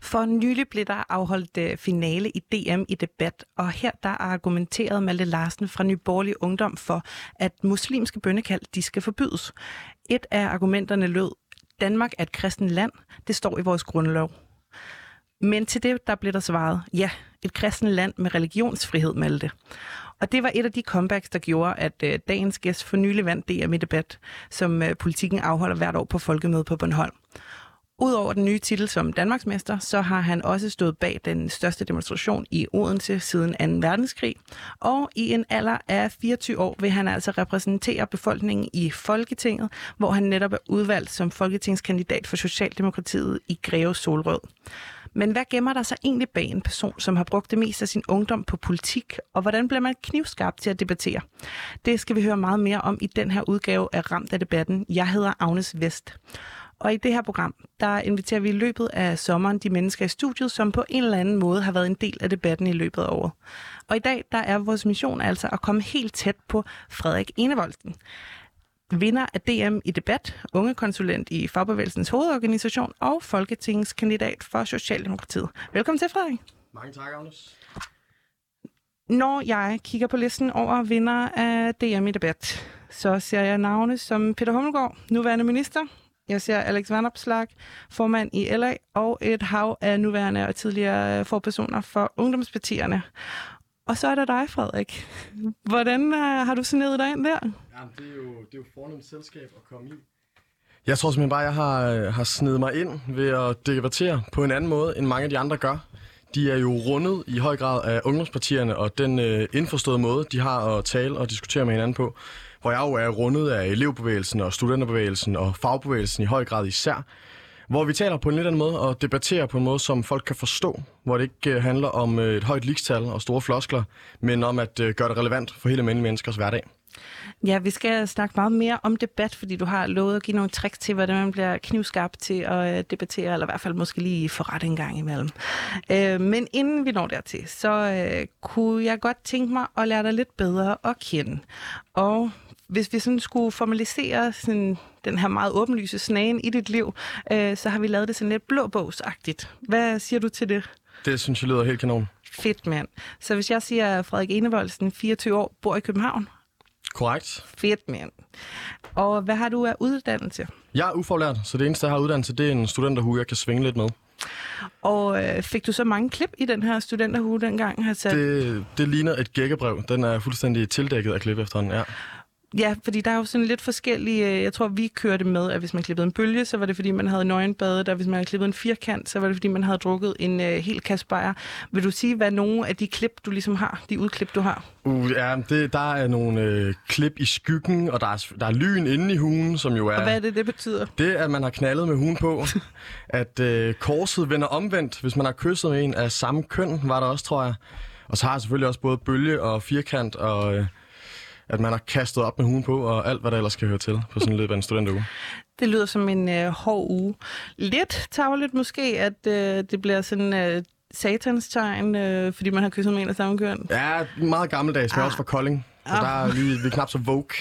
For nylig blev der afholdt finale i DM i debat, og her der argumenterede Malte Larsen fra Nye Borgerlige Ungdom for, at muslimske bønnekald, de skal forbydes. Et af argumenterne lød, Danmark er et kristent land, det står i vores grundlov. Men til det, der blev der svaret, ja, et kristent land med religionsfrihed, Malte. Og det var et af de comebacks, der gjorde, at dagens gæst for nylig vandt DM i debat, som Politikken afholder hvert år på Folkemødet på Bornholm. Udover den nye titel som Danmarksmester, så har han også stået bag den største demonstration i Odense siden 2. verdenskrig. Og i en alder af 24 år vil han altså repræsentere befolkningen i Folketinget, hvor han netop er udvalgt som folketingskandidat for Socialdemokratiet i Greve Solrød. Men hvad gemmer der sig egentlig bag en person, som har brugt det meste af sin ungdom på politik, og hvordan bliver man knivskarp til at debattere? Det skal vi høre meget mere om i den her udgave af Ramt af debatten. Jeg hedder Agnes Vest. Og i det her program, der inviterer vi i løbet af sommeren de mennesker i studiet, som på en eller anden måde har været en del af debatten i løbet af året. Og i dag, der er vores mission altså at komme helt tæt på Frederik Enevoldsen. Vinder af DM i debat, ungekonsulent i Fagbevægelsens hovedorganisation og folketingskandidat for Socialdemokratiet. Velkommen til, Frederik. Mange tak, Agnes. Når jeg kigger på listen over vinder af DM i debat, så ser jeg navne som Peter Hummelgaard, nuværende minister. Jeg ser Alex Vanopslagh, formand i LA, og et hav af nuværende og tidligere forpersoner for ungdomspartierne. Og så er der dig, Frederik. Hvordan har du snedet dig ind der? Jamen, det er jo fornemt selskab at komme i. Jeg tror simpelthen bare, at jeg har snedet mig ind ved at debattere på en anden måde, end mange af de andre gør. De er jo rundet i høj grad af ungdomspartierne, og den indforståede måde, de har at tale og diskutere med hinanden på, hvor jeg jo er rundet af elevbevægelsen og studenterbevægelsen og fagbevægelsen i høj grad især, hvor vi taler på en lidt anden måde og debatterer på en måde, som folk kan forstå, hvor det ikke handler om et højt ligestal og store floskler, men om at gøre det relevant for hele menneskers hverdag. Ja, vi skal snakke meget mere om debat, fordi du har lovet at give nogle tricks til, hvordan man bliver knivskarp til at debattere, eller i hvert fald måske lige få ret en gang imellem. Men inden vi når dertil, så kunne jeg godt tænke mig at lære dig lidt bedre at kende. Og hvis vi sådan skulle formalisere sådan den her meget åbenlyse snagen i dit liv, så har vi lavet det sådan lidt blåbogsagtigt. Hvad siger du til det? Det synes jeg lyder helt kanon. Fedt, mand. Så hvis jeg siger Frederik Enevoldsen, 24 år, bor i København? Korrekt. Fedt, mand. Og hvad har du af uddannelse? Jeg er ufaglært, så det eneste, jeg har uddannelse, det er en studenterhue, jeg kan svinge lidt med. Og fik du så mange klip i den her studenterhue dengang? Det ligner et gækkebrev. Den er fuldstændig tildækket af klip efterhånden, ja. Ja, fordi der er jo sådan lidt forskellige. Jeg tror, vi kørte med, at hvis man klippede en bølge, så var det, fordi man havde nøgenbadet, og hvis man havde klippet en firkant, så var det, fordi man havde drukket en hel kasse bajer. Vil du sige, hvad nogle af de klip, du ligesom har, de udklip, du har? Ja, der er nogle klip i skyggen, og der er lyn inde i hugen, som jo er... Og hvad er det betyder? Det er, at man har knaldet med hugen på. At korset vender omvendt, hvis man har kysset med en af samme køn, var der også, tror jeg. Og så har jeg selvfølgelig også både bølge og firkant, og... at man har kastet op med hugen på, og alt, hvad der ellers skal høre til på sådan en løbet af en studenteruge. Det lyder som en hård uge. Lidt tarveligt måske, at det bliver sådan satans tegn, fordi man har kysset med en af samme køn. Ja, meget gammeldags, men også fra Kolding. Så der er vi er knap så woke.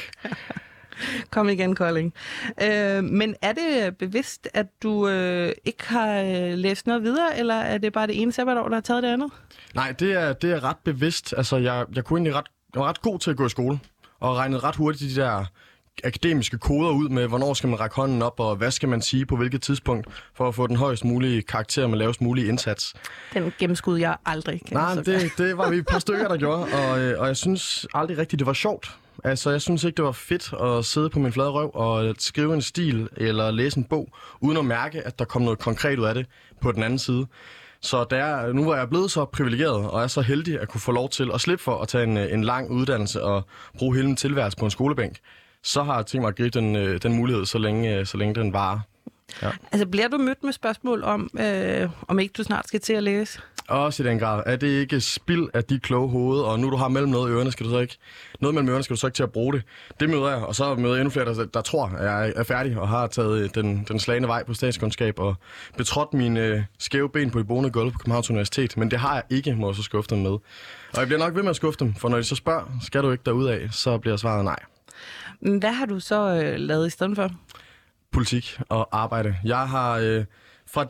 Kom igen, Kolding. Men er det bevidst, at du ikke har læst noget videre, eller er det bare det ene sabbatår, der har taget det andet? Nej, det er ret bevidst. Altså, jeg kunne egentlig jeg var ret god til at gå i skole, og regnede ret hurtigt de der akademiske koder ud med, hvornår skal man række hånden op, og hvad skal man sige på hvilket tidspunkt, for at få den højst mulige karakter med lavest mulige indsats. Den gennemskud jeg aldrig. Nej, det var vi et par stykker, der gjorde, og jeg synes aldrig rigtigt, det var sjovt. Altså, jeg synes ikke, det var fedt at sidde på min flade røv og skrive en stil eller læse en bog, uden at mærke, at der kom noget konkret ud af det på den anden side. Så nu hvor jeg er blevet så privilegeret, og er så heldig at kunne få lov til at slippe for at tage en lang uddannelse og bruge hele min tilværelse på en skolebænk, så har jeg tænkt mig at gribe den mulighed, så længe den varer. Ja. Altså, bliver du mødt med spørgsmål om ikke du snart skal til at læse? Også i den grad. Er det ikke spild af de kloge hoved, og nu du har mellem noget mellem ørerne, skal du så ikke til at bruge det. Det møder jeg, og så møder jeg endnu flere, der tror, at jeg er færdig og har taget den slagende vej på statskundskab og betrådt mine skæve ben på de bonede gulv på Københavns Universitet. Men det har jeg ikke, må jeg så skuffe dem med. Og jeg bliver nok ved med at skuffe dem, for når de så spørger, skal du ikke derudad, så bliver svaret nej. Hvad har du så lavet i stedet for? Politik og arbejde. Jeg har fra den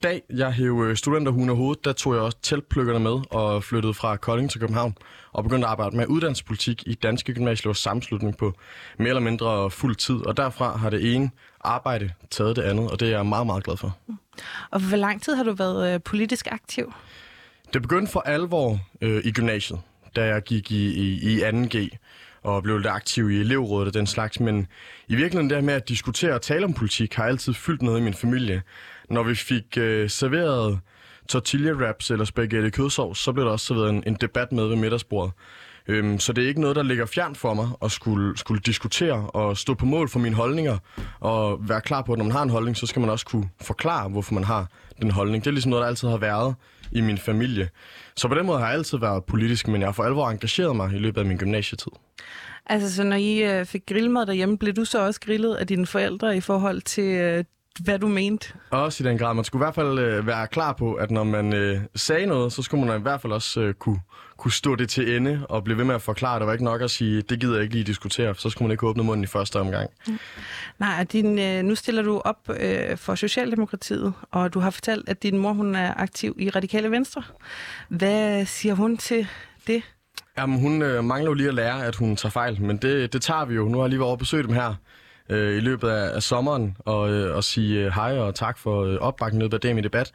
dag, jeg hævde studenterhuen af hovedet, der tog jeg også teltplukkerne med og flyttede fra Kolding til København og begyndte at arbejde med uddannelsespolitik i Danske Gymnasieelevers Sammenslutning på mere eller mindre fuld tid. Og derfra har det ene arbejde taget det andet, og det er jeg meget, meget glad for. Og hvor lang tid har du været politisk aktiv? Det begyndte for alvor i gymnasiet, da jeg gik i 2G og blev lidt aktiv i elevrådet og den slags. Men i virkeligheden det her med at diskutere og tale om politik har altid fyldt noget i min familie. Når vi fik serveret tortilla-wraps eller spaghetti kødsovs, så blev der også serveret en debat med ved middagsbordet. Så det er ikke noget, der ligger fjernt for mig at skulle diskutere og stå på mål for mine holdninger og være klar på, at når man har en holdning, så skal man også kunne forklare, hvorfor man har den holdning. Det er ligesom noget, der altid har været i min familie. Så på den måde har jeg altid været politisk, men jeg har for alvor engageret mig i løbet af min gymnasietid. Altså, så når I fik grillmad derhjemme, blev du så også grillet af dine forældre i forhold til, hvad du mente? Også i den grad. Man skulle i hvert fald være klar på, at når man sagde noget, så skulle man i hvert fald også kunne stå det til ende og blive ved med at forklare. Der var ikke nok at sige, det gider jeg ikke lige diskutere, for så skulle man ikke åbne munden i første omgang. Nej, nu stiller du op for Socialdemokratiet, og du har fortalt, at din mor hun er aktiv i Radikale Venstre. Hvad siger hun til det? Jamen, hun mangler jo lige at lære, at hun tager fejl, men det tager vi jo. Nu har jeg lige været over at besøge dem her i løbet af sommeren og sige hej og tak for opbakningen i løbet af dagen i debat.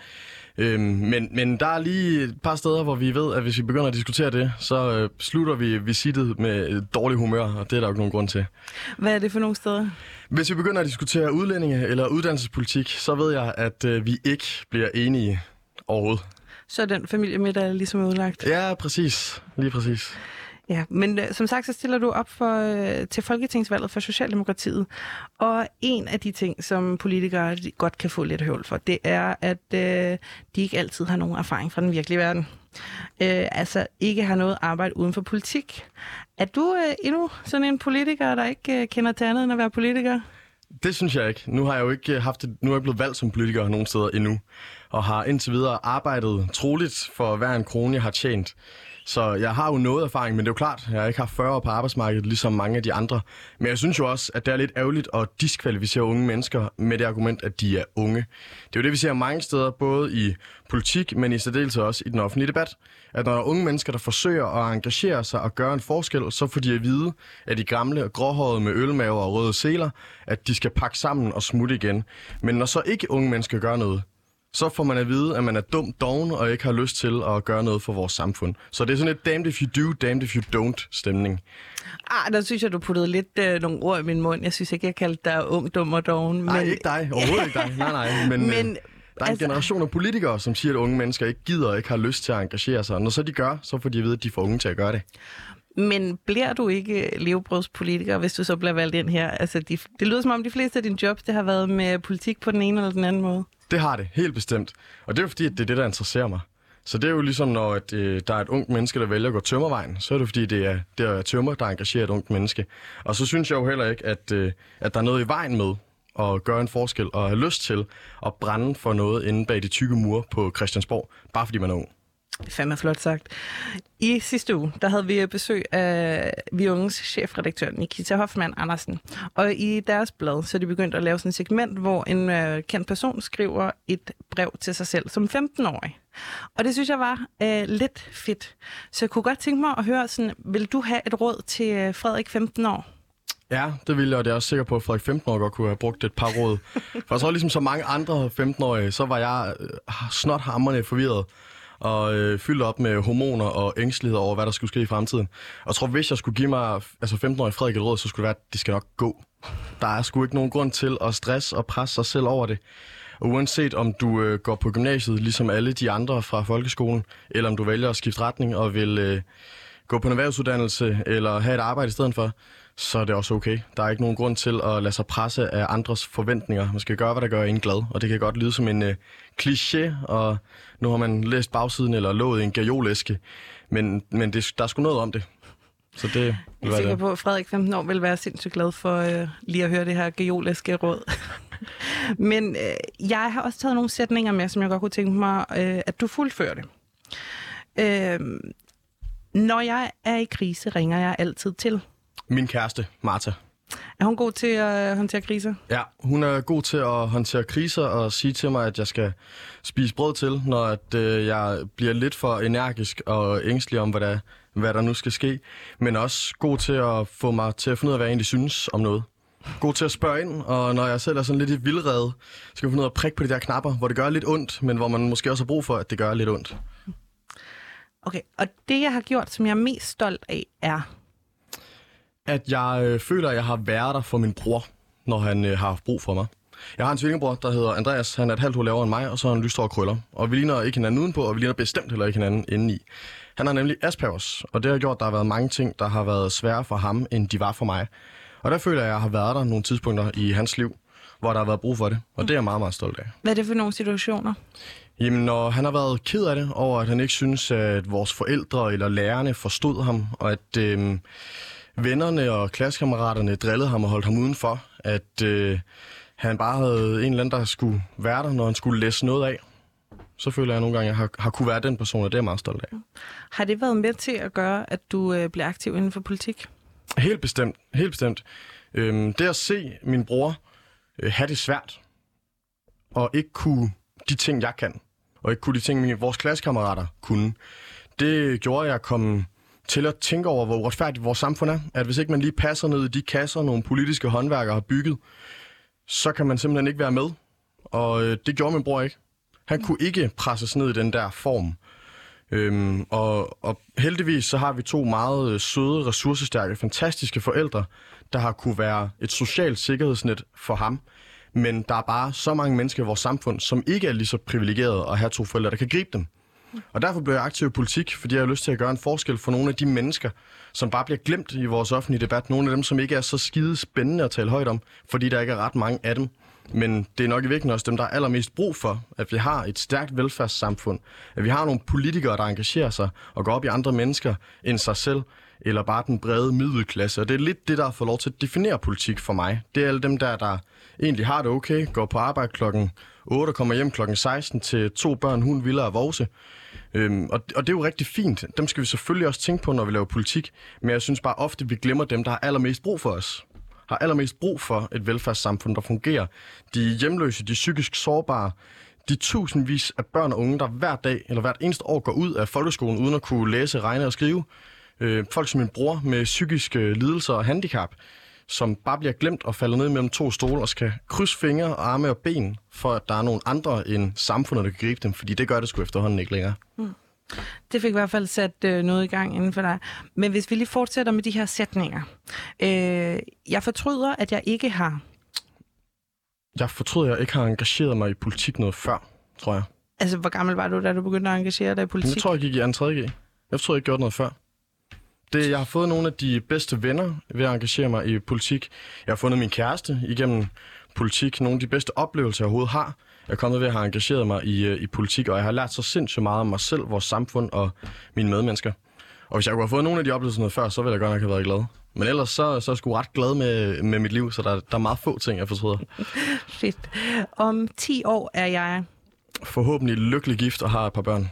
Men der er lige et par steder, hvor vi ved, at hvis vi begynder at diskutere det, så slutter vi visittet med dårlig humør, og det er der jo ikke nogen grund til. Hvad er det for nogle steder? Hvis vi begynder at diskutere udlændinge eller uddannelsespolitik, så ved jeg, at vi ikke bliver enige overhovedet. Så er den familiemiddag er ligesom udlagt? Ja, præcis. Lige præcis. Ja, men som sagt, så stiller du op til Folketingsvalget for Socialdemokratiet. Og en af de ting, som politikere godt kan få lidt høvl for, det er, at de ikke altid har nogen erfaring fra den virkelige verden. Altså ikke har noget arbejde uden for politik. Er du endnu sådan en politiker, der ikke kender til andet end at være politiker? Det synes jeg ikke. Nu har jeg jo ikke nu er jeg blevet valgt som politiker nogen steder endnu, og har indtil videre arbejdet troligt for hver en krone, jeg har tjent. Så jeg har jo noget erfaring, men det er jo klart, at jeg ikke har 40 år på arbejdsmarkedet, ligesom mange af de andre. Men jeg synes jo også, at det er lidt ærgerligt at diskvalificere unge mennesker med det argument, at de er unge. Det er jo det, vi ser mange steder, både i politik, men i særdeleshed også i den offentlige debat. At når der er unge mennesker, der forsøger at engagere sig og gøre en forskel, så får de at vide, at de gamle og gråhårede med ølmaver og røde seler, at de skal pakke sammen og smutte igen. Men når så ikke unge mennesker gør noget, så får man at vide, at man er dum doven og ikke har lyst til at gøre noget for vores samfund. Så det er sådan et damned if you do, damned if you don't stemning. Der synes jeg, du puttede lidt nogle ord i min mund. Jeg synes ikke, jeg kaldte dig ung, dum og doven. Nej, ikke dig. Overhovedet ikke dig. Nej. Men der er en generation af politikere, som siger, at unge mennesker ikke gider og ikke har lyst til at engagere sig. Og når så de gør, så får de at vide, at de får unge til at gøre det. Men bliver du ikke levebrødspolitiker, hvis du så bliver valgt ind her? Altså, det lyder som om de fleste af dine jobs, det har været med politik på den ene eller den anden måde. Det har det, helt bestemt. Og det er jo fordi, at det er det, der interesserer mig. Så det er jo ligesom, når der er et ungt menneske, der vælger at gå tømmervejen, så er det fordi, det er tømmer, der engagerer et ungt menneske. Og så synes jeg jo heller ikke, at der er noget i vejen med at gøre en forskel og have lyst til at brænde for noget inde bag de tykke mure på Christiansborg, bare fordi man er ung. Fandme flot sagt. I sidste uge, der havde vi besøg af Vi Unges chefredaktør Nikita Hoffmann Andersen. Og i deres blad, så er de begyndt at lave sådan et segment, hvor en kendt person skriver et brev til sig selv som 15-årig. Og det synes jeg var lidt fedt. Så jeg kunne godt tænke mig at høre, sådan, vil du have et råd til Frederik 15 år? Ja, det ville jeg, og det er også sikker på, at Frederik 15 år godt kunne have brugt et par råd. For jeg tror, ligesom så mange andre 15-årige, så var jeg snothamrende forvirret og fyldt op med hormoner og ængstelighed over, hvad der skulle ske i fremtiden. Og jeg tror, hvis jeg skulle give mig 15-årig Frederik et råd, så skulle det være, at det skal nok gå. Der er sgu ikke nogen grund til at stresse og presse sig selv over det. Og uanset om du går på gymnasiet, ligesom alle de andre fra folkeskolen, eller om du vælger at skifte retning og vil gå på en erhvervsuddannelse eller have et arbejde i stedet for, så er det også okay. Der er ikke nogen grund til at lade sig presse af andres forventninger. Man skal gøre, hvad der gør en glad, og det kan godt lyde som en kliché, og nu har man læst bagsiden eller låget i en gajolæske, men der er sgu noget om det. Så det jeg er sikker på, at Frederik 15 år vil være sindssygt glad for lige at høre det her gajolæske råd. Men jeg har også taget nogle sætninger med, som jeg godt kunne tænke mig, at du fuldfører det. Når jeg er i krise, ringer jeg altid til min kæreste, Martha. Er hun god til at håndtere kriser? Ja, hun er god til at håndtere kriser og sige til mig, at jeg skal spise brød til, når jeg bliver lidt for energisk og ængstelig om, hvad der nu skal ske. Men også god til at få mig til at finde ud af, hvad jeg egentlig synes om noget. God til at spørge ind, og når jeg selv er sådan lidt i vildrede, skal jeg finde ud af at prikke på de der knapper, hvor det gør lidt ondt, men hvor man måske også har brug for, at det gør lidt ondt. Okay, og det jeg har gjort, som jeg er mest stolt af, er... At jeg føler, at jeg har været der for min bror, når han har haft brug for mig. Jeg har en tvillingebror, der hedder Andreas. Han er et halvt år lavere end mig, og så har han lysthårede krøller. Og vi ligner ikke hinanden udenpå, og vi ligner bestemt heller ikke hinanden indeni. Han har nemlig Aspergers, og det har gjort, at der har været mange ting, der har været sværere for ham, end de var for mig. Og der føler jeg, at jeg har været der nogle tidspunkter i hans liv, hvor der har været brug for det. Og det er jeg meget, meget stolt af. Hvad er det for nogle situationer? Jamen, når han har været ked af det, over at han ikke synes, at vores forældre eller lærerne forstod ham, og at vennerne og klassekammeraterne drillede ham og holdt ham udenfor, at han bare havde en eller anden, der skulle være der, når han skulle læse noget af. Så føler jeg nogle gange, at jeg har kunne være den person, og det er jeg meget stolt af. Har det været med til at gøre, at du bliver aktiv inden for politik? Helt bestemt. Helt bestemt. Det at se min bror have det svært, og ikke kunne de ting, jeg kan, og ikke kunne de ting, vores klassekammerater kunne, det gjorde, at jeg kom til at tænke over, hvor uretfærdigt vores samfund er. At hvis ikke man lige passer ned i de kasser, nogle politiske håndværkere har bygget, så kan man simpelthen ikke være med. Og det gjorde min bror ikke. Han kunne ikke presses ned i den der form. Og heldigvis så har vi to meget søde, ressourcestærke, fantastiske forældre, der har kunne være et socialt sikkerhedsnet for ham. Men der er bare så mange mennesker i vores samfund, som ikke er lige så privilegerede at have to forældre, der kan gribe dem. Og derfor blev jeg aktiv i politik, fordi jeg har lyst til at gøre en forskel for nogle af de mennesker, som bare bliver glemt i vores offentlige debat. Nogle af dem, som ikke er så skide spændende at tale højt om, fordi der ikke er ret mange af dem. Men det er nok i virkeligheden også dem, der er allermest brug for, at vi har et stærkt velfærdssamfund. At vi har nogle politikere, der engagerer sig og går op i andre mennesker end sig selv, eller bare den brede middelklasse. Og det er lidt det, der får lov til at definere politik for mig. Det er alle dem der egentlig har det okay, går på arbejde klokken 8 og kommer hjem klokken 16 til 2 børn, hund, villa og vovse. Og det er jo rigtig fint. Dem skal vi selvfølgelig også tænke på, når vi laver politik. Men jeg synes bare ofte, vi glemmer dem, der har allermest brug for os. Har allermest brug for et velfærdssamfund, der fungerer. De hjemløse, de psykisk sårbare, de tusindvis af børn og unge, der hver dag eller hvert eneste år går ud af folkeskolen uden at kunne læse, regne og skrive. Folk som min bror med psykiske lidelser og handicap, som bare bliver glemt og falder ned mellem 2 stole og skal krydse fingre, arme og ben, for at der er nogle andre end samfundet, der kan gribe dem, fordi det gør det sgu efterhånden ikke længere. Det fik i hvert fald sat noget i gang inden for dig. Men hvis vi lige fortsætter med de her sætninger. Jeg fortryder, at jeg ikke har... Jeg fortryder, at jeg ikke har engageret mig i politik noget før, tror jeg. Altså, hvor gammel var du, da du begyndte at engagere dig i politik? Jeg tror, jeg gik i 2. G. Jeg tror, jeg ikke gjorde noget før. Jeg har fået nogle af de bedste venner ved at engagere mig i politik. Jeg har fundet min kæreste igennem politik. Nogle af de bedste oplevelser, jeg overhovedet har. Jeg er kommet ved at have engageret mig i politik, og jeg har lært så sindssygt meget om mig selv, vores samfund og mine medmennesker. Og hvis jeg kunne have fået nogle af de oplevelser noget før, så ville jeg godt nok have været glad. Men ellers så er jeg sgu ret glad med mit liv, så der er meget få ting, jeg fortryder. Fedt. Om 10 år er jeg... forhåbentlig lykkelig gift og har et par børn.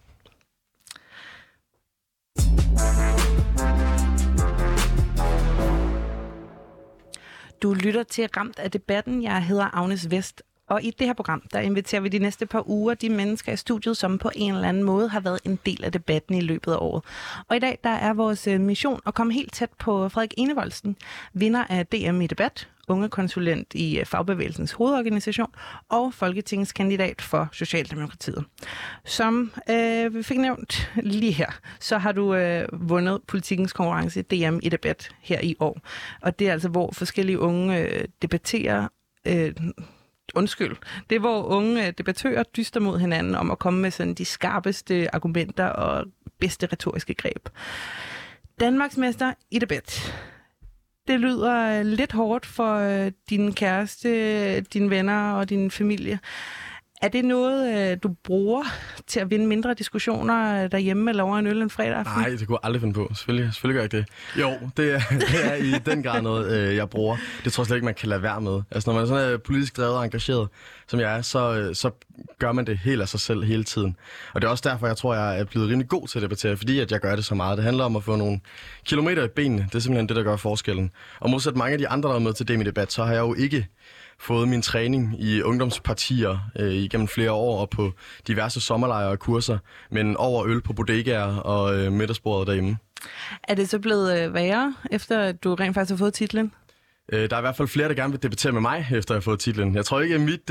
Du lytter til Ramt af debatten. Jeg hedder Agnes Vest. Og i det her program, der inviterer vi de næste par uger de mennesker i studiet, som på en eller anden måde har været en del af debatten i løbet af året. Og i dag, der er vores mission at komme helt tæt på Frederik Enevoldsen, vinder af DM i debat, ungekonsulent i Fagbevægelsens hovedorganisation og folketingskandidat for Socialdemokratiet. Som vi fik nævnt lige her, så har du vundet politikens konkurrence DM i debat her i år. Og det er altså, hvor forskellige unge debatterer... Det er, hvor unge debattører dyster mod hinanden om at komme med sådan de skarpeste argumenter og bedste retoriske greb. Danmarksmester i debat. Det lyder lidt hårdt for din kæreste, dine venner og din familie. Er det noget, du bruger til at vinde mindre diskussioner derhjemme eller over en øl en fredag aften? Nej, det kunne jeg aldrig finde på. Selvfølgelig gør jeg ikke det. Jo, det er i den grad noget, jeg bruger. Det tror jeg slet ikke, man kan lade være med. Altså, når man er sådan politisk drevet og engageret, som jeg er, så gør man det helt af sig selv hele tiden. Og det er også derfor, jeg tror, jeg er blevet rimelig god til at debattere, fordi at jeg gør det så meget. Det handler om at få nogle kilometer i benene. Det er simpelthen det, der gør forskellen. Og modsat mange af de andre, der er med til Demi-debat, så har jeg jo ikke fået min træning i ungdomspartier igennem flere år og på diverse sommerlejre og kurser, men over øl på bodegaer og middagsbordet derhjemme. Er det så blevet værre, efter at du rent faktisk har fået titlen? Der er i hvert fald flere, der gerne vil debattere med mig, efter jeg har fået titlen. Jeg tror ikke, at mit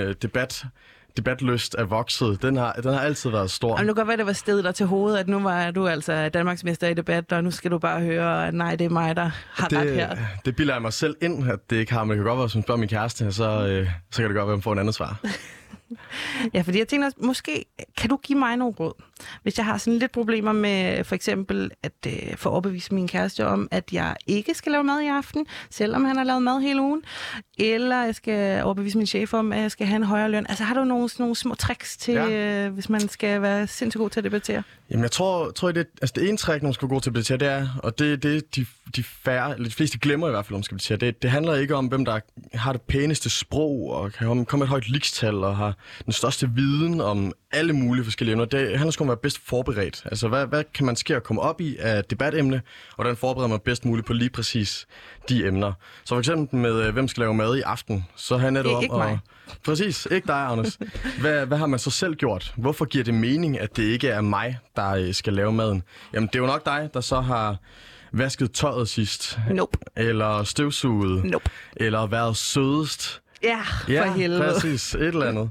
debatlyst er vokset. Den har altid været stor. Jamen, nu kan godt være, det var stedet der til hovedet, at nu var du altså Danmarksmester i debat, og nu skal du bare høre, at nej, det er mig, der har ret her. Det bilder jeg mig selv ind, at det ikke har, men det kan godt være, hvis man spørger min kæreste, så kan det godt være, at man får en anden svar. Ja, fordi jeg tænker, måske kan du give mig nogle råd, hvis jeg har sådan lidt problemer med for eksempel at få overbevise min kæreste om, at jeg ikke skal lave mad i aften, selvom han har lavet mad hele ugen, eller jeg skal overbevise min chef om, at jeg skal have en højere løn. Altså har du nogle små tricks til, hvis man skal være sindssygt god til at debattere? Jamen jeg tror det ene trick, når man skal gå til at debattere, det er, og det de fleste glemmer i hvert fald, om man skal debattere, det handler ikke om, hvem der har det pæneste sprog, og kan komme et højt ligestal, og har den største viden om alle mulige forskellige emner. Det handler sgu om at være bedst forberedt. Altså, hvad kan man ske at komme op i af debatemne, og hvordan forbereder man bedst muligt på lige præcis de emner. Så for eksempel med, hvem skal lave mad i aften, så handler det om ikke mig. Præcis, ikke dig, Agnes. Hvad har man så selv gjort? Hvorfor giver det mening, at det ikke er mig, der skal lave maden? Jamen, det er jo nok dig, der så har vasket tøjet sidst. Nope. Eller støvsuget. Nope. Eller været sødest. Ja, for helvede. Ja, præcis. Et eller andet.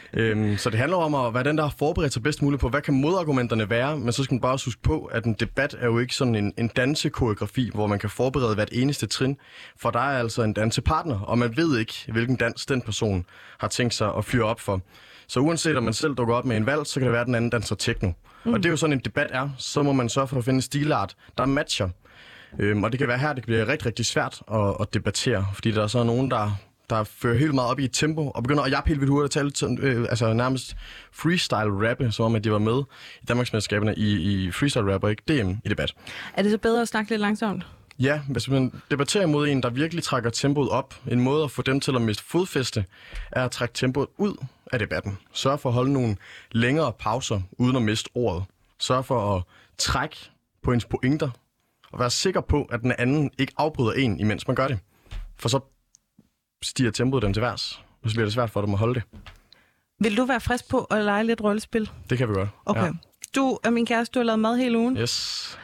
Så det handler om at være den, der har forberedt sig bedst muligt på, hvad kan modargumenterne være, men så skal man bare huske på, at en debat er jo ikke sådan en dansekoreografi, hvor man kan forberede hvert eneste trin, for der er altså en dansepartner, og man ved ikke, hvilken dans den person har tænkt sig at fyre op for. Så uanset om man selv dukker op med en valg, så kan det være, at den anden danser techno. Og det er jo sådan en debat er, så må man sørge for at finde en stilart, der matcher. Og det kan være her, det kan blive rigtig, rigtig svært at debattere, fordi der er så nogen, der fører helt meget op i et tempo, og begynder at jappe helt vildt hurtigt at tale, altså nærmest freestyle-rappe, som om at de var med i Danmarksmesterskaberne i freestyle-rap og ikke DM i debat. Er det så bedre at snakke lidt langsomt? Ja, hvis man debatterer imod en, der virkelig trækker tempoet op, en måde at få dem til at miste fodfæste, er at trække tempoet ud af debatten. Sørg for at holde nogle længere pauser, uden at miste ordet. Sørg for at trække på ens pointer, og være sikker på, at den anden ikke afbryder en, imens man gør det. For så stiger tempoet dem til værs, og så bliver det svært for dem at holde det. Vil du være frisk på at lege lidt rollespil? Det kan vi godt. Okay. Ja. Du og min kæreste, du har lavet mad hele ugen. Yes.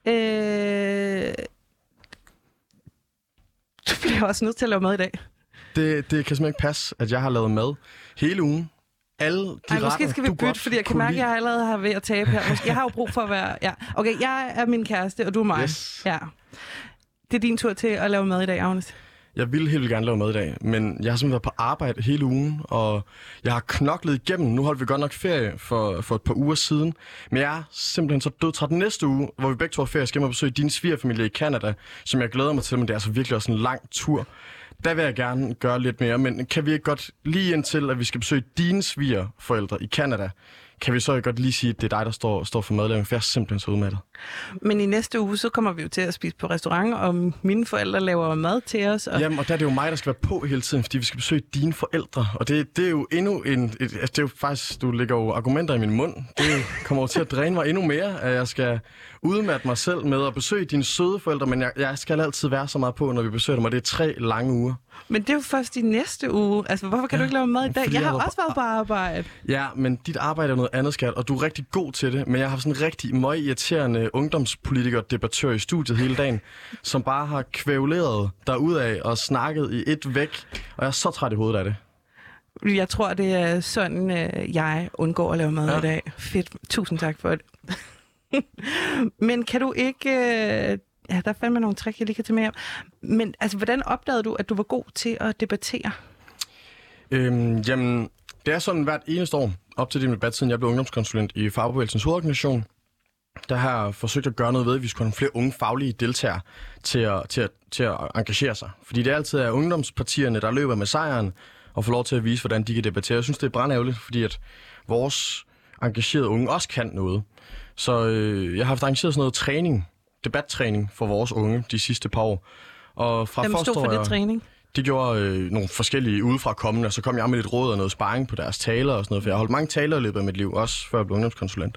Du bliver også nødt til at lave mad i dag. Det kan simpelthen ikke passe, at jeg har lavet mad hele ugen. Alle de retter, måske skal vi bytte, fordi jeg kan mærke, at jeg allerede har ved at tabe her. Jeg har jo brug for at være... Ja. Okay, jeg er min kæreste, og du er mig. Yes. Ja. Det er din tur til at lave mad i dag, Agnes. Jeg ville helt gerne lave mad i dag, men jeg har simpelthen været på arbejde hele ugen, og jeg har knoklet igennem. Nu holdt vi godt nok ferie for et par uger siden, men jeg er simpelthen så dødtræt næste uge, hvor vi begge to har ferie, skal jeg besøge din svigerfamilie i Canada, som jeg glæder mig til, men det er altså virkelig også en lang tur. Der vil jeg gerne gøre lidt mere, men kan vi ikke godt lige indtil, at vi skal besøge dine svigerforældre i Canada, kan vi så godt lige sige, at det er dig, der står for madlavning, for jeg er simpelthen så udmattet. Men i næste uge, så kommer vi jo til at spise på restaurant, og mine forældre laver mad til os. Jamen, og der er det jo mig, der skal være på hele tiden, fordi vi skal besøge dine forældre. Og det er jo endnu det er jo faktisk, du lægger jo argumenter i min mund. Det kommer jo til at dræne mig endnu mere, at jeg skal udmatte mig selv med at besøge dine søde forældre, men jeg skal altid være så meget på, når vi besøger dem, og det er 3 lange uger. Men det er jo først i næste uge. Altså, hvorfor kan du ikke lave mad i dag? Jeg har også været på arbejde. Ja, men dit arbejde er noget andet, skat, og du er rigtig god til det. Men jeg har sådan en rigtig møgirriterende ungdomspolitiker-debattør i studiet hele dagen, som bare har kvævleret derudad og snakket i et væk. Og jeg er så træt i hovedet af det. Jeg tror, det er sådan, jeg undgår at lave mad i dag. Fedt. Tusind tak for det. Men kan du ikke... Ja, der fandt man nogle trick, jeg lige kan tage med hjem. Men altså, hvordan opdagede du, at du var god til at debattere? Jamen, det er sådan hvert eneste år, op til din debat, siden jeg blev ungdomskonsulent i Fagbevægelsens Hovedorganisation, der har forsøgt at gøre noget ved, at vi skulle have flere unge faglige deltagere til at engagere sig. Fordi det altid er ungdomspartierne, der løber med sejren, og få lov til at vise, hvordan de kan debattere. Jeg synes, det er brandærgerligt, fordi at vores engagerede unge også kan noget. Så jeg har haft arrangeret sådan noget debattræning for vores unge de sidste par år. Og fra hvem stod for det træning? De gjorde nogle forskellige udefra kommende, og så kom jeg med lidt råd og noget sparring på deres taler og sådan noget, for jeg har holdt mange taler i løbet af mit liv, også før jeg blev ungdomskonsulent.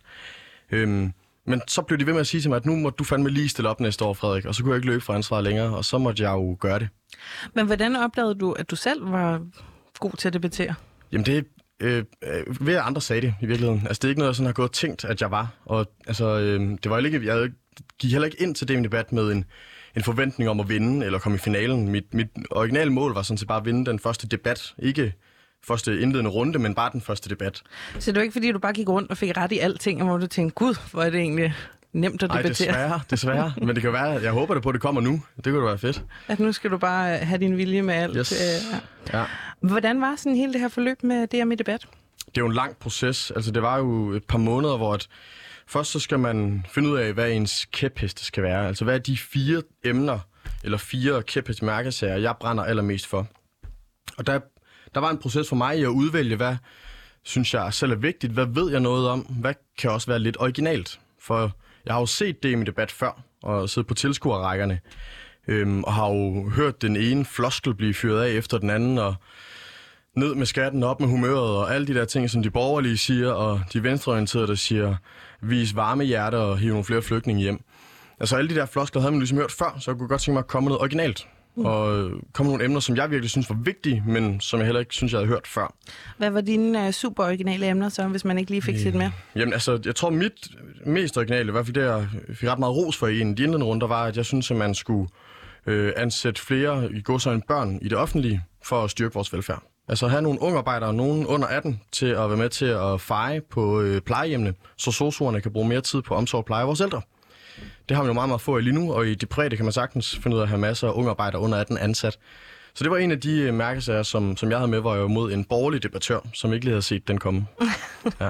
Men så blev de ved med at sige til mig, at nu må du fandme lige stille op næste år, Frederik, og så kunne jeg ikke løbe fra ansvaret længere, og så måtte jeg jo gøre det. Men hvordan opdagede du, at du selv var god til at debattere? Jamen det ved at andre sagde det i virkeligheden. Altså det er ikke noget, jeg sådan har gået og tænkt, at jeg var. Og altså, det var ikke, jeg gik heller ikke ind til det debat med en forventning om at vinde eller komme i finalen. Mit originale mål var sådan set bare at vinde den første debat. Ikke første indledende runde, men bare den første debat. Så det var ikke fordi, du bare gik rundt og fik ret i alting, og hvor du tænkte, gud, hvor er det egentlig nemt at debattere? Nej, desværre. Men det kan være, jeg håber det på, at det kommer nu. Det kunne være fedt. At nu skal du bare have din vilje med alt. Yes. Ja. Hvordan var sådan hele det her forløb med DM i debat? Det er jo en lang proces. Altså det var jo et par måneder, hvor først så skal man finde ud af, hvad ens kæpheste skal være. Altså hvad er de 4 emner, eller 4 kæphestemærkesager, jeg brænder allermest for. Og der var en proces for mig i at udvælge, hvad synes jeg selv er vigtigt, hvad ved jeg noget om, hvad kan også være lidt originalt. For jeg har jo set DM i debat før, og siddet på tilskuerrækkerne, og har jo hørt den ene floskel blive fyret af efter den anden, og ned med skatten, op med humøret, og alle de der ting, som de borgerlige siger, og de venstreorienterede, der siger, vis varme hjerte og hive nogle flere flygtninge hjem. Altså alle de der floskler havde man ligesom hørt før, så jeg kunne godt tænke mig at komme noget originalt. Og komme nogle emner, som jeg virkelig synes var vigtige, men som jeg heller ikke synes, jeg havde hørt før. Hvad var dine super originale emner så, hvis man ikke lige fik set med? Jamen altså, jeg tror mit mest originale, i hvert fald det, jeg fik ret meget ros for i en af de indledende runder, var, at jeg synes, at man skulle ansætte flere i gåseøjne børn i det offentlige, for at styrke vores velfærd. Altså have nogle ungarbejdere, nogen under 18, til at være med til at feje på plejehjemmene, så sosuerne kan bruge mere tid på omsorg og pleje af vores ældre. Det har vi jo meget, meget få i lige nu, og i det private kan man sagtens finde ud af at have masser af ungarbejdere under 18 ansat. Så det var en af de mærkesager, som jeg havde med, hvor jeg var mod en borgerlig debattør, som ikke lige havde set den komme. Ja.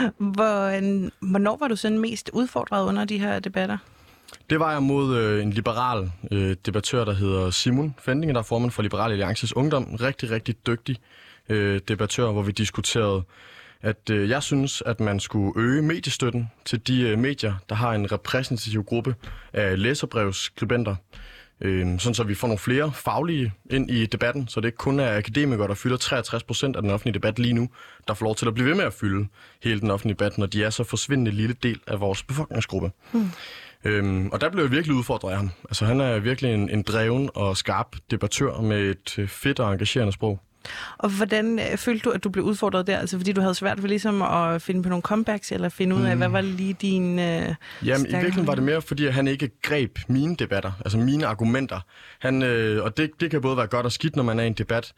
Hvornår var du sådan mest udfordret under de her debatter? Det var jeg mod en liberal debattør, der hedder Simon Fendinge, der er formand for Liberal Alliances Ungdom. Rigtig, rigtig dygtig debattør, hvor vi diskuterede, at jeg synes, at man skulle øge mediestøtten til de medier, der har en repræsentativ gruppe af læserbrevsskribenter. Sådan så vi får nogle flere faglige ind i debatten, så det ikke kun er akademikere, der fylder 63% af den offentlige debat lige nu, der får lov til at blive ved med at fylde hele den offentlige debat, når de er så forsvindende lille del af vores befolkningsgruppe. Og der blev jeg virkelig udfordret af ham. Altså han er virkelig en dreven og skarp debattør med et fedt og engagerende sprog. Og hvordan følte du, at du blev udfordret der? Altså fordi du havde svært ved ligesom at finde på nogle comebacks, eller finde ud af, hvad var lige din Jamen i virkeligheden var det mere, fordi han ikke greb mine debatter, altså mine argumenter. Og det kan både være godt og skidt, når man er i en debat.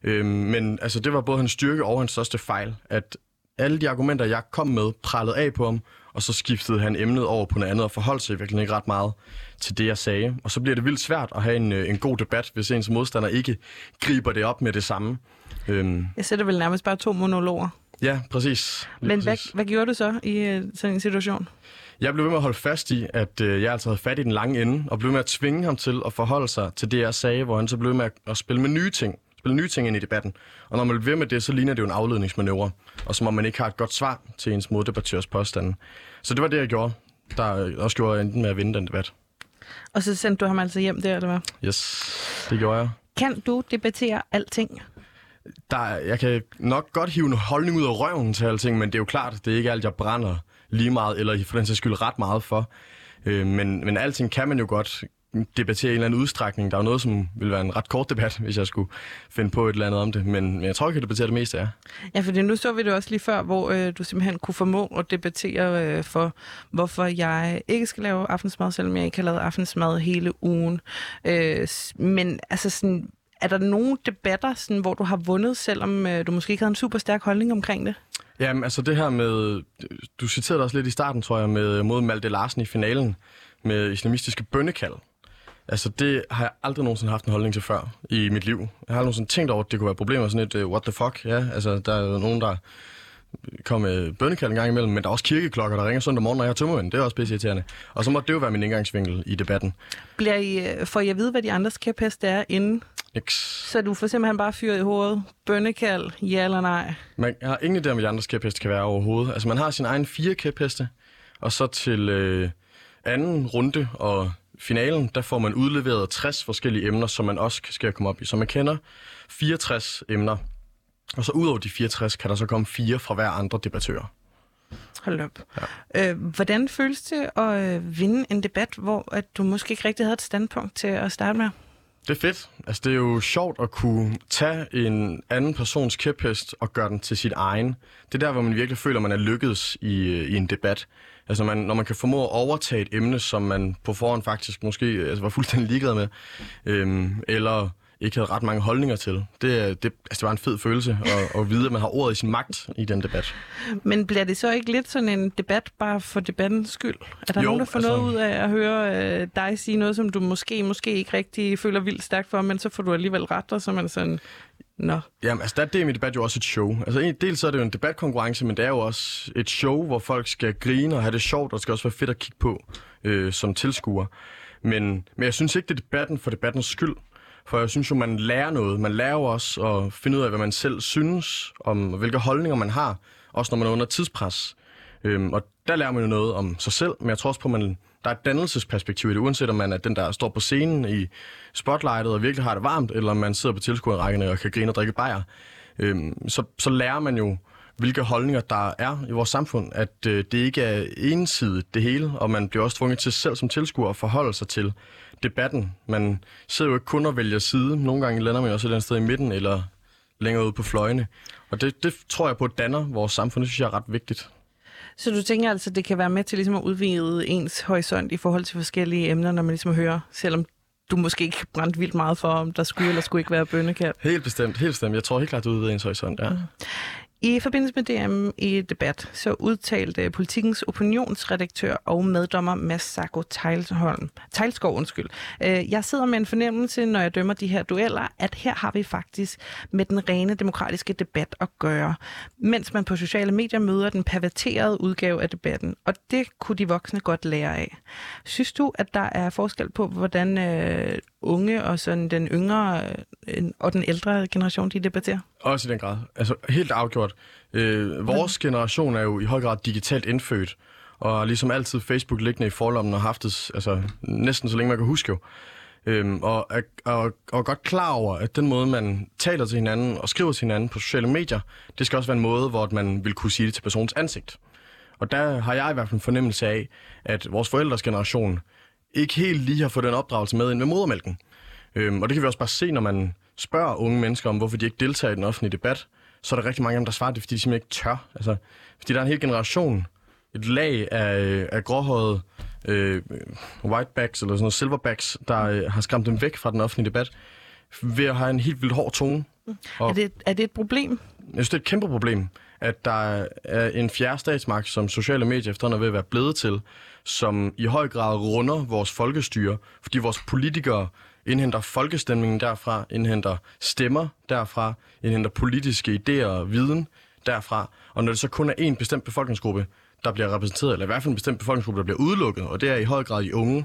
Men altså, det var både hans styrke og hans største fejl, at alle de argumenter, jeg kom med, prallede af på ham, og så skiftede han emnet over på noget andet og forholdt sig virkelig ikke ret meget til det, jeg sagde. Og så bliver det vildt svært at have en god debat, hvis ens modstander ikke griber det op med det samme. Jeg sætter vel nærmest bare 2 monologer. Ja, præcis. Men hvad gjorde du så i sådan en situation? Jeg blev ved med at holde fast i, at jeg altså havde fat i den lange ende, og blev med at tvinge ham til at forholde sig til det, jeg sagde, hvor han så blev med at spille med nye ting. Spille nye ting ind i debatten. Og når man bliver ved med det, så ligner det jo en afledningsmanøvre. Og som om man ikke har et godt svar til ens moddebattørs påstande. Så det var det, jeg gjorde, der også gjorde enten med at vinde den debat. Og så sendte du ham altså hjem der, eller hvad? Yes, det gjorde jeg. Kan du debattere alting? Jeg kan nok godt hive en holdning ud af røven til alting, men det er jo klart, det er ikke alt, jeg brænder lige meget, eller for den sags skyld ret meget for. Men alting kan man jo godt debattere i en eller anden udstrækning. Der er jo noget, som vil være en ret kort debat, hvis jeg skulle finde på et eller andet om det. Men jeg tror, jeg kan debattere det meste af. Ja, for nu så vi det også lige før, hvor du simpelthen kunne formå at debattere for, hvorfor jeg ikke skal lave aftensmad, selvom jeg ikke har lavet aftensmad hele ugen. Men altså sådan, er der nogle debatter, sådan, hvor du har vundet, selvom du måske ikke havde en super stærk holdning omkring det? Jamen, altså det her med... Du citerede også lidt i starten, tror jeg, mod Malte Larsen i finalen med islamistiske bønnekald. Altså, det har jeg aldrig nogensinde haft en holdning til før i mit liv. Jeg har aldrig nogensinde tænkt over, at det kunne være problemer. Sådan et what the fuck, ja. Altså, der er jo nogen, der kommer med bønnekald en gang imellem, men der er også kirkeklokker, der ringer søndag morgen, når jeg har tømmermænd. Det er også pisseirriterende. Og så må det jo være min indgangsvinkel i debatten. Får I at vide, hvad de andres kæpheste er inden? Niks. Så du får simpelthen bare fyret i hovedet? Bønnekald, ja eller nej? Man har ingen idé om, hvad de andres kæpheste kan være overhovedet. Altså, man har sin egen 4 kæpheste, og så til anden runde og finalen, der får man udleveret 60 forskellige emner, som man også skal komme op i. Så man kender 64 emner, og så ud over de 64 kan der så komme 4 fra hver andre debattør. Hold op. Ja. Hvordan føles det at vinde en debat, hvor at du måske ikke rigtig havde et standpunkt til at starte med? Det er fedt. Altså, det er jo sjovt at kunne tage en anden persons kæphest og gøre den til sit egen. Det er der, hvor man virkelig føler, at man er lykkedes i en debat. Altså, når man kan formå at overtage et emne, som man på forhånd faktisk måske var fuldstændig ligeglad med, eller ikke havde ret mange holdninger til. Det var en fed følelse at vide, at man har ordet i sin magt i den debat. Men bliver det så ikke lidt sådan en debat bare for debattens skyld? Er der nogen, der får noget ud af at høre dig sige noget, som du måske ikke rigtig føler vildt stærkt for, men så får du alligevel ret, og så er man sådan... Nå. Jamen, altså, det er med debat jo også et show. Altså, dels så er det jo en debatkonkurrence, men det er jo også et show, hvor folk skal grine og have det sjovt, og det skal også være fedt at kigge på som tilskuer. Men jeg synes ikke, det er debatten for debattens skyld. For jeg synes jo, man lærer noget. Man lærer jo også at finde ud af, hvad man selv synes, om hvilke holdninger man har, også når man er under tidspres. Og der lærer man jo noget om sig selv, men jeg tror også på, at der er et dannelsesperspektiv i det, uanset om man er den, der står på scenen i spotlightet og virkelig har det varmt, eller om man sidder på tilskuerrækkerne og kan grine og drikke bajer. Så lærer man jo, hvilke holdninger der er i vores samfund, at det ikke er ensidigt det hele, og man bliver også tvunget til selv som tilskuer at forholde sig til debatten. Man sidder jo ikke kun og vælger side. Nogle gange lander man også et eller andet sted i midten, eller længere ude på fløjene. Og det tror jeg på, at danner vores samfund. Det synes jeg er ret vigtigt. Så du tænker altså, det kan være med til ligesom at udvide ens horisont i forhold til forskellige emner, når man ligesom hører, selvom du måske ikke brændt vildt meget for, om der skulle eller skulle ikke være bønnekald? Helt bestemt. Jeg tror helt klart, det udvider ens horisont, ja. I forbindelse med DM i debat, så udtalte Politikens opinionsredaktør og meddommer Mads Sacco Teilskov. Jeg sidder med en fornemmelse, når jeg dømmer de her dueller, at her har vi faktisk med den rene demokratiske debat at gøre, mens man på sociale medier møder den perverterede udgave af debatten, og det kunne de voksne godt lære af. Synes du, at der er forskel på, hvordan unge og sådan den yngre og den ældre generation, de debatterer? Også i den grad. Altså helt afgjort. Vores generation er jo i høj grad digitalt indfødt, og ligesom altid Facebook liggende i forlommen og haftes, altså næsten så længe man kan huske jo. Og godt klar over, at den måde, man taler til hinanden og skriver til hinanden på sociale medier, det skal også være en måde, hvor man vil kunne sige det til personens ansigt. Og der har jeg i hvert fald en fornemmelse af, at vores forældres generation ikke helt lige har fået den opdragelse med ind med modermælken. Og det kan vi også bare se, når man spørger unge mennesker om, hvorfor de ikke deltager i den offentlige debat, så er der rigtig mange af dem, der svarer det, fordi de simpelthen ikke tør. Altså, fordi der er en hel generation, et lag af gråhårede whitebacks eller sådan noget silverbacks, der har skræmt dem væk fra den offentlige debat ved at have en helt vildt hård tone. Er det et problem? Jeg synes, det er et kæmpe problem, at der er en fjerde statsmagt, som sociale medier efterhånden er ved at være blevet til, som i høj grad runder vores folkestyre, fordi vores politikere indhenter folkestemningen derfra, indhenter stemmer derfra, indhenter politiske idéer og viden derfra. Og når det så kun er en bestemt befolkningsgruppe, der bliver repræsenteret, eller i hvert fald en bestemt befolkningsgruppe, der bliver udelukket, og det er i høj grad de unge,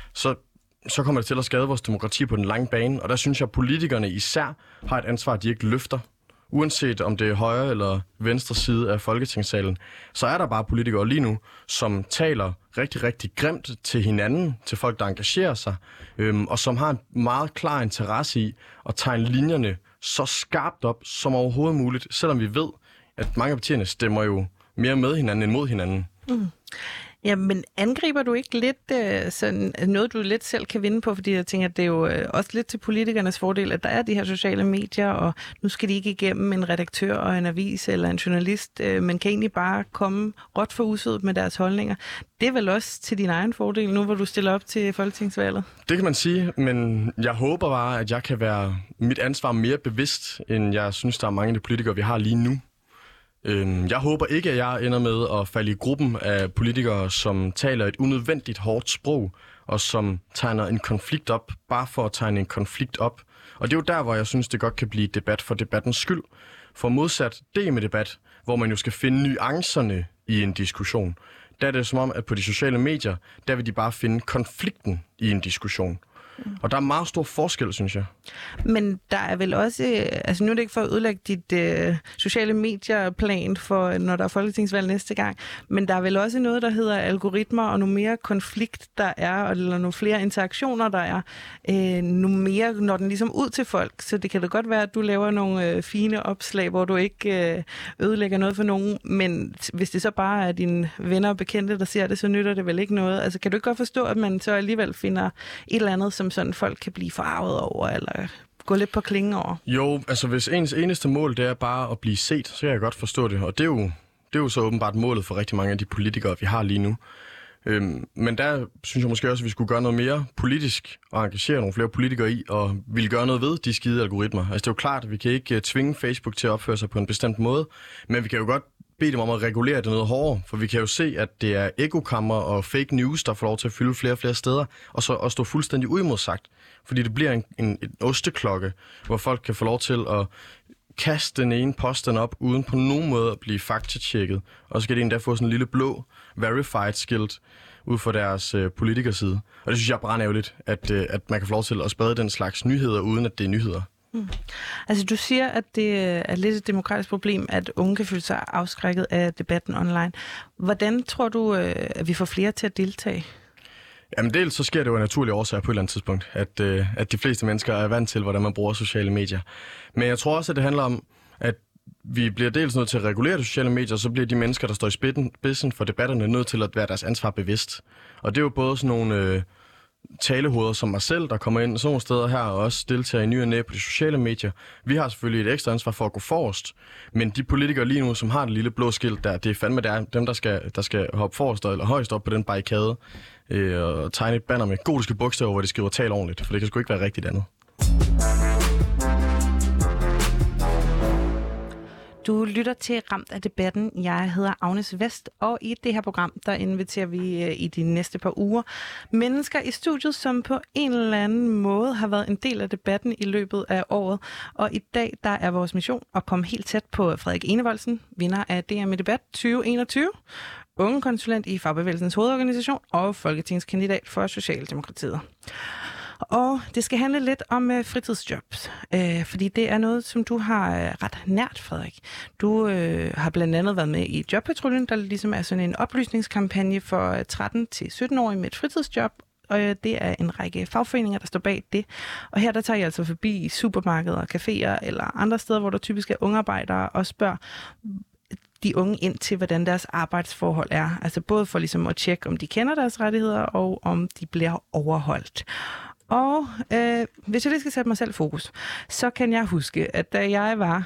så kommer det til at skade vores demokrati på den lange bane. Og der synes jeg, at politikerne især har et ansvar, at de ikke løfter. Uanset om det er højre eller venstre side af Folketingssalen, så er der bare politikere lige nu, som taler rigtig, rigtig grimt til hinanden, til folk, der engagerer sig, og som har en meget klar interesse i at tegne linjerne så skarpt op som overhovedet muligt, selvom vi ved, at mange af partierne stemmer jo mere med hinanden end mod hinanden. Mm. Ja, men angriber du ikke lidt sådan noget, du lidt selv kan vinde på? Fordi jeg tænker, at det er jo også lidt til politikernes fordel, at der er de her sociale medier, og nu skal de ikke igennem en redaktør og en avis eller en journalist, men kan egentlig bare komme råt for usødet med deres holdninger. Det er vel også til din egen fordel nu, hvor du stiller op til folketingsvalget? Det kan man sige, men jeg håber bare, at jeg kan være mit ansvar mere bevidst, end jeg synes, der er mange af de politikere, vi har lige nu. Jeg håber ikke, at jeg ender med at falde i gruppen af politikere, som taler et unødvendigt hårdt sprog, og som tegner en konflikt op, bare for at tegne en konflikt op. Og det er jo der, hvor jeg synes, det godt kan blive debat for debattens skyld. For modsat det med debat, hvor man jo skal finde nuancerne i en diskussion, der er det som om, at på de sociale medier, der vil de bare finde konflikten i en diskussion. Og der er meget stor forskel, synes jeg. Men der er vel også, altså nu er det ikke for at ødelægge dit sociale medier-plan for, når der er folketingsvalg næste gang, men der er vel også noget, der hedder algoritmer, og nogle mere konflikt, der er, eller nogle flere interaktioner, der er, nogle mere, når den ligesom ud til folk. Så det kan da godt være, at du laver nogle fine opslag, hvor du ikke ødelægger noget for nogen, men hvis det så bare er dine venner og bekendte, der ser det, så nytter det vel ikke noget. Altså kan du ikke godt forstå, at man så alligevel finder et eller andet, som sådan folk kan blive forarvet over, eller gå lidt på klingen over? Jo, altså hvis ens eneste mål, det er bare at blive set, så kan jeg godt forstå det. Og det er jo så åbenbart målet for rigtig mange af de politikere, vi har lige nu. Men der synes jeg måske også, at vi skulle gøre noget mere politisk og engagere nogle flere politikere i og ville gøre noget ved de skide algoritmer. Altså det er jo klart, at vi kan ikke tvinge Facebook til at opføre sig på en bestemt måde, men vi kan jo godt bede dem om at regulere det noget hårdere, for vi kan jo se, at det er ekokammer og fake news, der får lov til at fylde flere og flere steder, og så at stå fuldstændig uimodsagt. Fordi det bliver en osteklokke, hvor folk kan få lov til at kaste den ene påstand op, uden på nogen måde at blive faktatjekket. Og så skal de endda få sådan en lille blå verified-skilt ud for deres politikerside. Og det synes jeg er brandærgerligt, at man kan få lov til at sprede den slags nyheder, uden at det er nyheder. Altså du siger, at det er lidt et demokratisk problem, at unge kan føle sig afskrækket af debatten online. Hvordan tror du, at vi får flere til at deltage? Jamen dels så sker det jo en naturlig årsag på et eller andet tidspunkt, at de fleste mennesker er vant til, hvordan man bruger sociale medier. Men jeg tror også, at det handler om, at vi bliver dels nødt til at regulere de sociale medier, og så bliver de mennesker, der står i spidsen for debatterne, nødt til at være deres ansvar bevidst. Og det er jo både sådan nogle talehoveder som mig selv, der kommer ind sådan nogle steder her, og også deltager i ny og næ på de sociale medier. Vi har selvfølgelig et ekstra ansvar for at gå forrest, men de politikere lige nu, som har det lille blå skilt der, det er fandme dem, der skal hoppe forrest eller højst op på den barrikade og tegne et banner med gotiske bogstaver, hvor de skriver tal ordentligt, for det kan sgu ikke være rigtigt andet. Du lytter til Ramt af debatten. Jeg hedder Agnes Vest, og i det her program, der inviterer vi i de næste par uger mennesker i studiet, som på en eller anden måde har været en del af debatten i løbet af året. Og i dag, der er vores mission at komme helt tæt på Frederik Enevoldsen, vinder af DM i Debat 2021, ungekonsulent i Fagbevægelsens Hovedorganisation og folketingskandidat for Socialdemokratiet. Og det skal handle lidt om fritidsjobs, fordi det er noget, som du har ret nært, Frederik. Du har blandt andet været med i Jobpatruljen, der ligesom er sådan en oplysningskampagne for 13-17-årige med et fritidsjob, og det er en række fagforeninger, der står bag det. Og her der tager jeg altså forbi supermarkeder, caféer eller andre steder, hvor der typisk er ungearbejdere og spørger de unge ind til, hvordan deres arbejdsforhold er. Altså både for ligesom at tjekke, om de kender deres rettigheder, og om de bliver overholdt. Og hvis jeg lige skal sætte mig selv fokus, så kan jeg huske, at da jeg var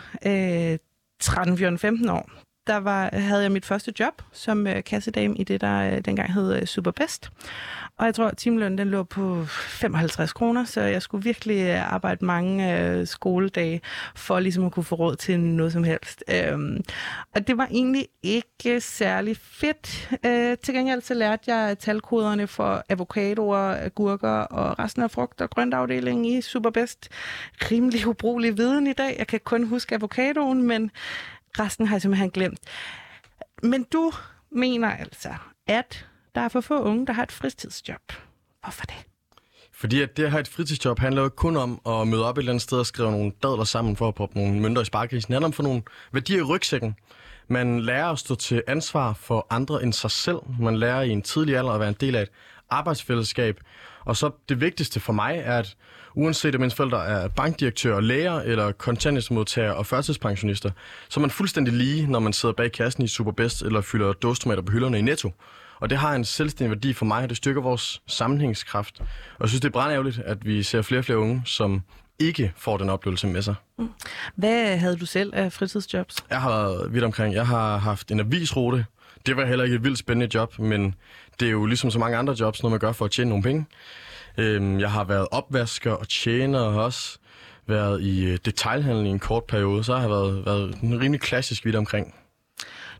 13, 14, 15 år, havde jeg mit første job som kassedame i det, der dengang hed Superbest. Og jeg tror, at timelønnen den lå på 55 kroner, så jeg skulle virkelig arbejde mange skoledage for ligesom at kunne få råd til noget som helst. Og det var egentlig ikke særlig fedt. Til gengæld så lærte jeg talkoderne for avocadoer, agurker og resten af frugt- og grøntafdelingen i Superbest. Rimelig ubrugelig viden i dag. Jeg kan kun huske avocadoen, men resten har jeg simpelthen glemt. Men du mener altså, at der er for få unge, der har et fritidsjob. Hvorfor det? Fordi at det at have et fritidsjob handler jo ikke kun om at møde op et eller andet sted og skrive nogle dadler sammen for at proppe nogle mønter i sparegrisen. Det handler om at få nogle værdier i rygsækken. Man lærer at stå til ansvar for andre end sig selv. Man lærer i en tidlig alder at være en del af et arbejdsfællesskab. Og så det vigtigste for mig er, at uanset om ens forældre er bankdirektører, læger eller kontanthjælpsmodtagere og førtidspensionister, så er man fuldstændig lige, når man sidder bag kassen i Superbest eller fylder dåsetomater på hylderne i Netto. Og det har en selvstændig værdi for mig, og det styrker vores sammenhængskraft. Og jeg synes, det er brandærgerligt, at vi ser flere og flere unge, som ikke får den oplevelse med sig. Hvad havde du selv af fritidsjobs? Jeg har været vidt omkring. Jeg har haft en avisrute. Det var heller ikke et vildt spændende job, men det er jo ligesom så mange andre jobs, noget man gør for at tjene nogle penge. Jeg har været opvasker og tjener og også været i detailhandel i en kort periode. Så har jeg været rimelig klassisk vidt omkring.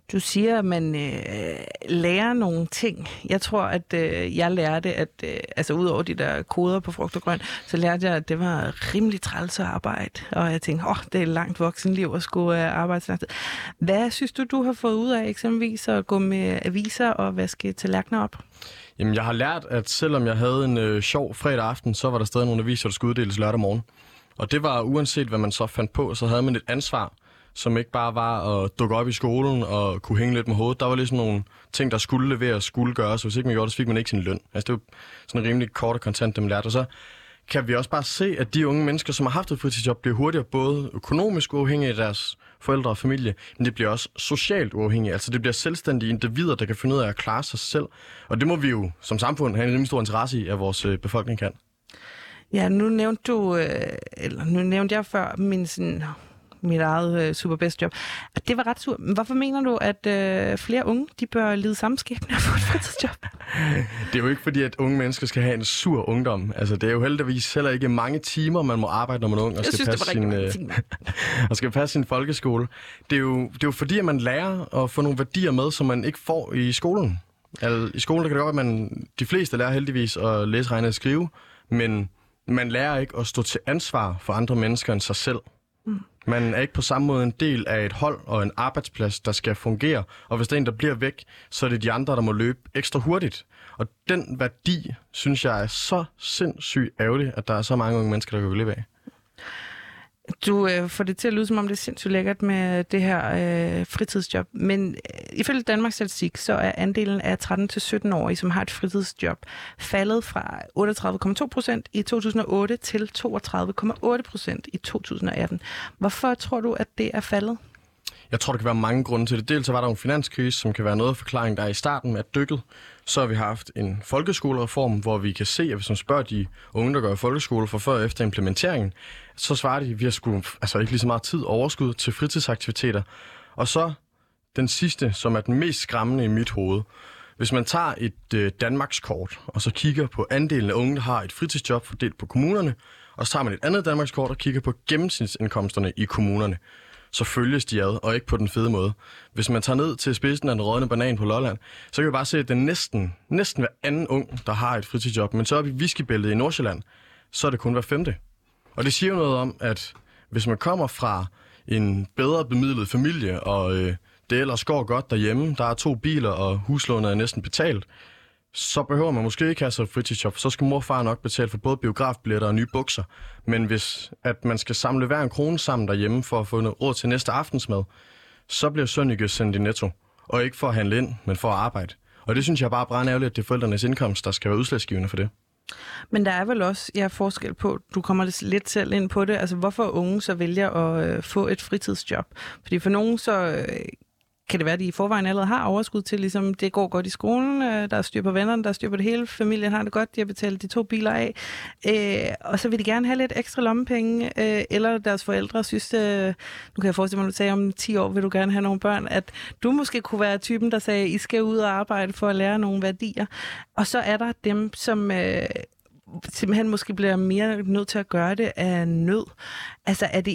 Du siger, at man lærer nogle ting. Jeg tror, at jeg lærte, at altså ud over de der koder på frugt og grønt, så lærte jeg, at det var rimelig træls at arbejde. Og jeg tænkte, det er langt voksenliv at skulle arbejde sådan. Hvad synes du har fået ud af eksempelvis at gå med aviser og vaske tallerkener op? Jamen, jeg har lært, at selvom jeg havde en sjov fredag aften, så var der stadig nogle aviser, der skulle uddeles lørdag morgen. Og det var uanset, hvad man så fandt på, så havde man et ansvar, som ikke bare var at dukke op i skolen og kunne hænge lidt med hovedet. Der var ligesom nogle ting, der skulle leveres, skulle gøres, og hvis ikke man gjorde det, så fik man ikke sin løn. Altså, det var sådan rimelig kort og kontant, det man lærte. Og så kan vi også bare se, at de unge mennesker, som har haft et fritidsjob, bliver hurtigere både økonomisk uafhængige af deres forældre og familie, men det bliver også socialt uafhængige. Altså, det bliver selvstændige individer, der kan finde ud af at klare sig selv. Og det må vi jo som samfund have en rimelig stor interesse i, at vores befolkning kan. Ja, nu nævnte jeg før mit eget superbest job. Og det var ret surt. Men hvorfor mener du, at flere unge, de bør lide samme skæbne og få et fritidsjob? Det er jo ikke fordi, at unge mennesker skal have en sur ungdom. Altså, det er jo heldigvis heller ikke mange timer, man må arbejde, når man er ung og skal passe sin folkeskole. Det er jo fordi, at man lærer at få nogle værdier med, som man ikke får i skolen. Altså, i skolen der kan det godt være, at de fleste lærer heldigvis at læse, regne og skrive, men man lærer ikke at stå til ansvar for andre mennesker end sig selv. Man er ikke på samme måde en del af et hold og en arbejdsplads, der skal fungere. Og hvis der er en, der bliver væk, så er det de andre, der må løbe ekstra hurtigt. Og den værdi, synes jeg, er så sindssygt ærgerligt, at der er så mange unge mennesker, der kan gå glip af. Du får det til at lyde, som om det er sindssygt lækkert med det her fritidsjob. Men ifølge Danmarks Statistik, så er andelen af 13-17-årige, som har et fritidsjob, faldet fra 38,2% i 2008 til 32,8% i 2018. Hvorfor tror du, at det er faldet? Jeg tror, der kan være mange grunde til det. Dels så var der en finanskrise, som kan være noget af forklaringen, der er i starten med at dykket. Så har vi haft en folkeskolereform, hvor vi kan se, at hvis man spørger de unge, der går i folkeskole for før og efter implementeringen, så svarer de, at vi har sgu ikke lige så meget tid overskud til fritidsaktiviteter. Og så den sidste, som er den mest skræmmende i mit hoved. Hvis man tager et Danmarkskort, og så kigger på andelen af unge, der har et fritidsjob fordelt på kommunerne, og så tager man et andet Danmarkskort og kigger på gennemsnitsindkomsterne i kommunerne, så følges de ad, og ikke på den fede måde. Hvis man tager ned til spidsen af den rådne banan på Lolland, så kan vi bare se, at det er næsten hver anden ung, der har et fritidsjob. Men så oppe i Viskebæltet i Nordsjælland, så er det kun hver femte. Og det siger jo noget om, at hvis man kommer fra en bedre bemidlet familie, og det ellers går godt derhjemme, der er 2 biler, og huslånet er næsten betalt, så behøver man måske ikke have sig et fritidsjob. Så skal mor og far nok betale for både biografbilletter og nye bukser. Men hvis at man skal samle hver en krone sammen derhjemme for at få noget råd til næste aftensmad, så bliver Sønneke sendt i Netto. Og ikke for at handle ind, men for at arbejde. Og det synes jeg bare er brandærgerligt, at det er forældrenes indkomst, der skal være udslagsgivende for det. Men der er vel også forskel på, du kommer lidt selv ind på det, altså hvorfor unge så vælger at få et fritidsjob. Fordi for nogen så kan det være, at de i forvejen allerede har overskud til, ligesom det går godt i skolen, der er styr på vennerne, der er styr på det hele, familien har det godt, de har betalt de 2 biler af, og så vil de gerne have lidt ekstra lommepenge, eller deres forældre synes, nu kan jeg forestille mig, at du sagde, om 10 år vil du gerne have nogle børn, at du måske kunne være typen, der sagde, I skal ud og arbejde for at lære nogle værdier, og så er der dem, som simpelthen måske bliver mere nødt til at gøre det af nød. Altså er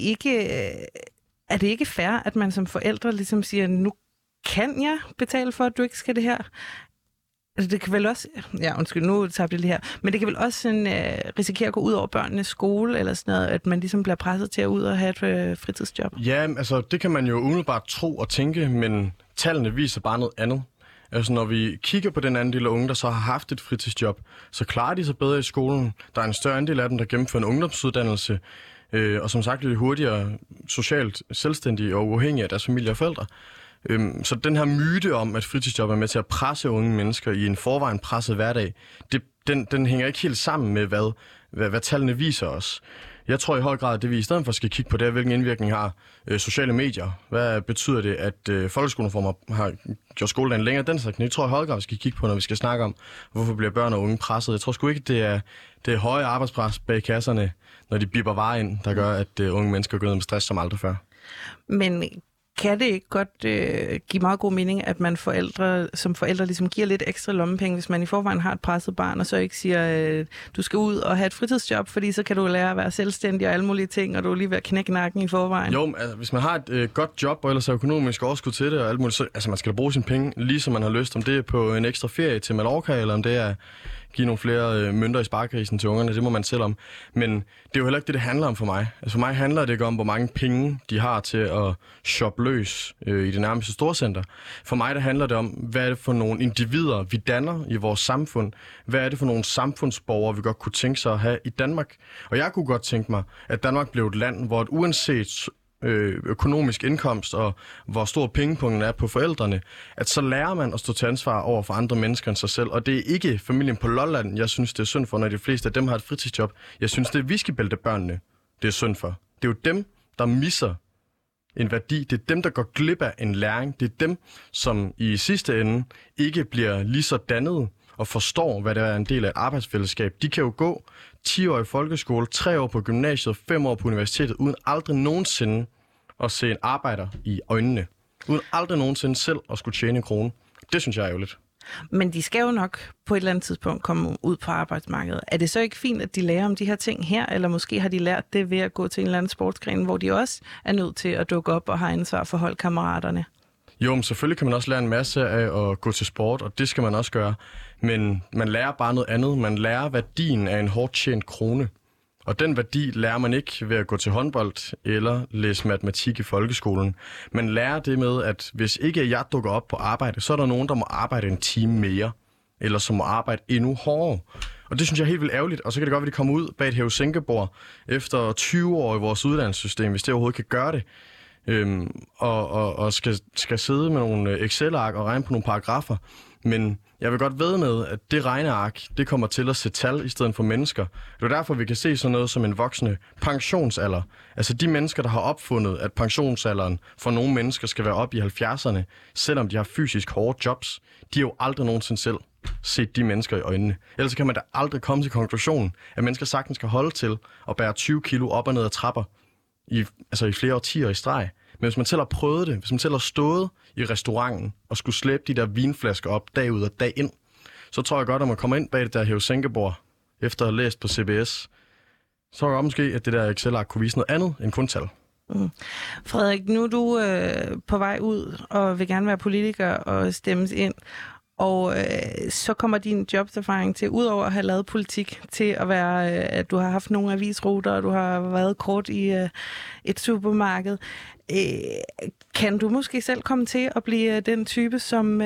det ikke fair, at man som forældre ligesom siger, nu kan jeg betale for, at du ikke skal det her? Altså det kan vel også, nu tabte jeg lige her, men det kan vel også risikere at gå ud over børnenes skole, eller sådan noget, at man ligesom bliver presset til at ud og have et fritidsjob? Ja, altså det kan man jo umiddelbart tro og tænke, men tallene viser bare noget andet. Altså når vi kigger på den andel af unge, der så har haft et fritidsjob, så klarer de sig bedre i skolen. Der er en større andel af dem, der gennemfører en ungdomsuddannelse, og som sagt lidt hurtigere socialt selvstændige og uafhængige af deres familie og forældre. Så den her myte om, at fritidsjob er med til at presse unge mennesker i en forvejen presset hverdag, den hænger ikke helt sammen med, hvad tallene viser os. Jeg tror i høj grad, at det vi i stedet for skal kigge på, det er, hvilken indvirkning har sociale medier. Hvad betyder det, at folkeskolereformer har gjort skoledagen længere? Den slags. Jeg tror i høj grad, vi skal kigge på, når vi skal snakke om, hvorfor bliver børn og unge presset. Jeg tror sgu ikke, det er høje arbejdspres bag kasserne, når de bipper varer ind, der gør, at unge mennesker går ned med stress som aldrig før. Men kan det ikke godt give meget god mening, at man som forældre ligesom giver lidt ekstra lommepenge, hvis man i forvejen har et presset barn, og så ikke siger, du skal ud og have et fritidsjob, fordi så kan du lære at være selvstændig og alle mulige ting, og du er lige ved at knække nakken i forvejen? Jo, altså, hvis man har et godt job, og ellers er økonomisk overskud til det, og alt muligt, så altså, man skal da bruge sine penge, lige som man har lyst, om det er på en ekstra ferie til Mallorca, eller om det er give nogle flere mønter i sparekrisen til ungerne, det må man selv om. Men det er jo heller ikke det handler om for mig. Altså for mig handler det ikke om, hvor mange penge de har til at shoppe løs i det nærmeste storcenter. For mig der handler det om, hvad er det for nogle individer, vi danner i vores samfund? Hvad er det for nogle samfundsborgere, vi godt kunne tænke sig at have i Danmark? Og jeg kunne godt tænke mig, at Danmark blev et land, hvor uanset økonomisk indkomst og hvor stor pengepunkten er på forældrene, at så lærer man at stå til ansvar over for andre mennesker end sig selv. Og det er ikke familien på Lolland, jeg synes, det er synd for, når de fleste af dem har et fritidsjob. Jeg synes, det er Viskebæltebørnene, det er synd for. Det er jo dem, der misser en værdi. Det er dem, der går glip af en læring. Det er dem, som i sidste ende ikke bliver lige så dannet og forstår, hvad det er en del af et arbejdsfællesskab. De kan jo gå 10 år i folkeskole, 3 år på gymnasiet, 5 år på universitetet, uden aldrig nogensinde at se en arbejder i øjnene. Uden aldrig nogensinde selv at skulle tjene en krone. Det synes jeg er ærgerligt. Men de skal jo nok på et eller andet tidspunkt komme ud på arbejdsmarkedet. Er det så ikke fint, at de lærer om de her ting her, eller måske har de lært det ved at gå til en eller anden sportsgren, hvor de også er nødt til at dukke op og har ansvar for holdkammeraterne? Jo, men selvfølgelig kan man også lære en masse af at gå til sport, og det skal man også gøre. Men man lærer bare noget andet. Man lærer værdien af en hårdt tjent krone. Og den værdi lærer man ikke ved at gå til håndbold eller læse matematik i folkeskolen. Man lærer det med, at hvis ikke jeg dukker op på arbejde, så er der nogen, der må arbejde en time mere, eller som må arbejde endnu hårdere. Og det synes jeg er helt vildt ærgerligt, og så kan det godt være, at de kommer ud bag et hæve-sænke-bord efter 20 år i vores uddannelsessystem, hvis det overhovedet kan gøre det. Og skal sidde med nogle Excel-ark og regne på nogle paragrafer. Men jeg vil godt vædde med, at det regneark, det kommer til at se tal i stedet for mennesker. Det er derfor, vi kan se sådan noget som en voksende pensionsalder. Altså de mennesker, der har opfundet, at pensionsalderen for nogle mennesker skal være op i 70'erne, selvom de har fysisk hårde jobs, de har jo aldrig nogensinde selv set de mennesker i øjnene. Ellers kan man da aldrig komme til konklusionen, at mennesker sagtens skal holde til at bære 20 kilo op og ned ad trapper i flere årtier i streg. Men hvis man selv har prøvet det, hvis man selv har stået i restauranten og skulle slæbe de der vinflasker op dag ud og dag ind, så tror jeg godt, at man kommer ind bag det der hæve-sænkebord, efter at have læst på CBS, så tror jeg godt måske, at det der Excel-ark kunne vise noget andet end kun tal. Frederik, nu er du på vej ud og vil gerne være politiker og stemmes ind. Og så kommer din jobserfaring til, udover at have lavet politik, til at være, at du har haft nogle avisruter, og du har været kort i et supermarked. Kan du måske selv komme til at blive den type, som